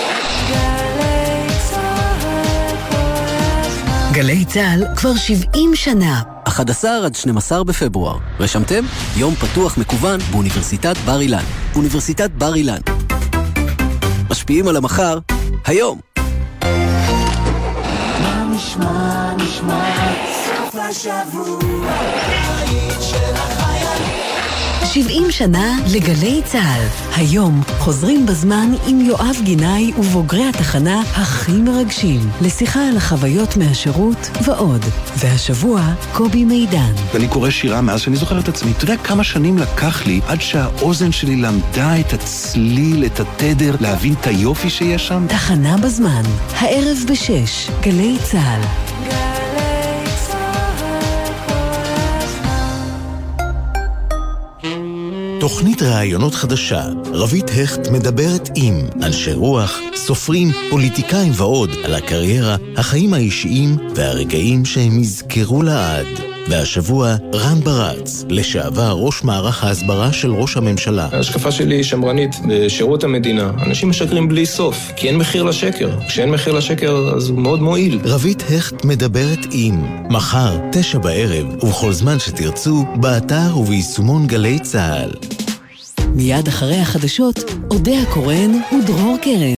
גלי צהל כבר שבעים שנה. אחד עשר עד שנים עשר בפברואר. רשמתם? יום פתוח מקוון באוניברסיטת בר אילן. אוניברסיטת בר אילן. משפיעים על המחר, היום. מה נשמע, נשמע, סוף השבוע, היית של החיילים. שבעים שנה לגלי צהל. היום חוזרים בזמן עם יואב גינאי ובוגרי התחנה הכי מרגשים, לשיחה על החוויות מהשירות ועוד. והשבוע קובי מידן. ואני קורא שירה מאז שאני זוכר את עצמי. אתה יודע כמה שנים לקח לי עד שהאוזן שלי למדה את הצליל, את התדר, להבין את היופי שיש שם? תחנה בזמן, הערב בשש, גלי צהל. תוכנית ראיונות חדשה, רבית הכט מדברת עם אנשי רוח, סופרים, פוליטיקאים ועוד על הקריירה, החיים האישיים והרגעים שהם יזכרו לעד. והשבוע רן ברץ, לשעבר ראש מערך ההסברה של ראש הממשלה. ההשקפה שלי היא שמרנית בשירות המדינה. אנשים משקרים בלי סוף, כי אין מחיר לשקר. כשאין מחיר לשקר אז הוא מאוד מועיל. רבית הכט מדברת עם מחר, תשע בערב, ובכל זמן שתרצו, באתר וביישומון גלי צהל. מיד אחרי החדשות, אודיה קורן ודרור קרן.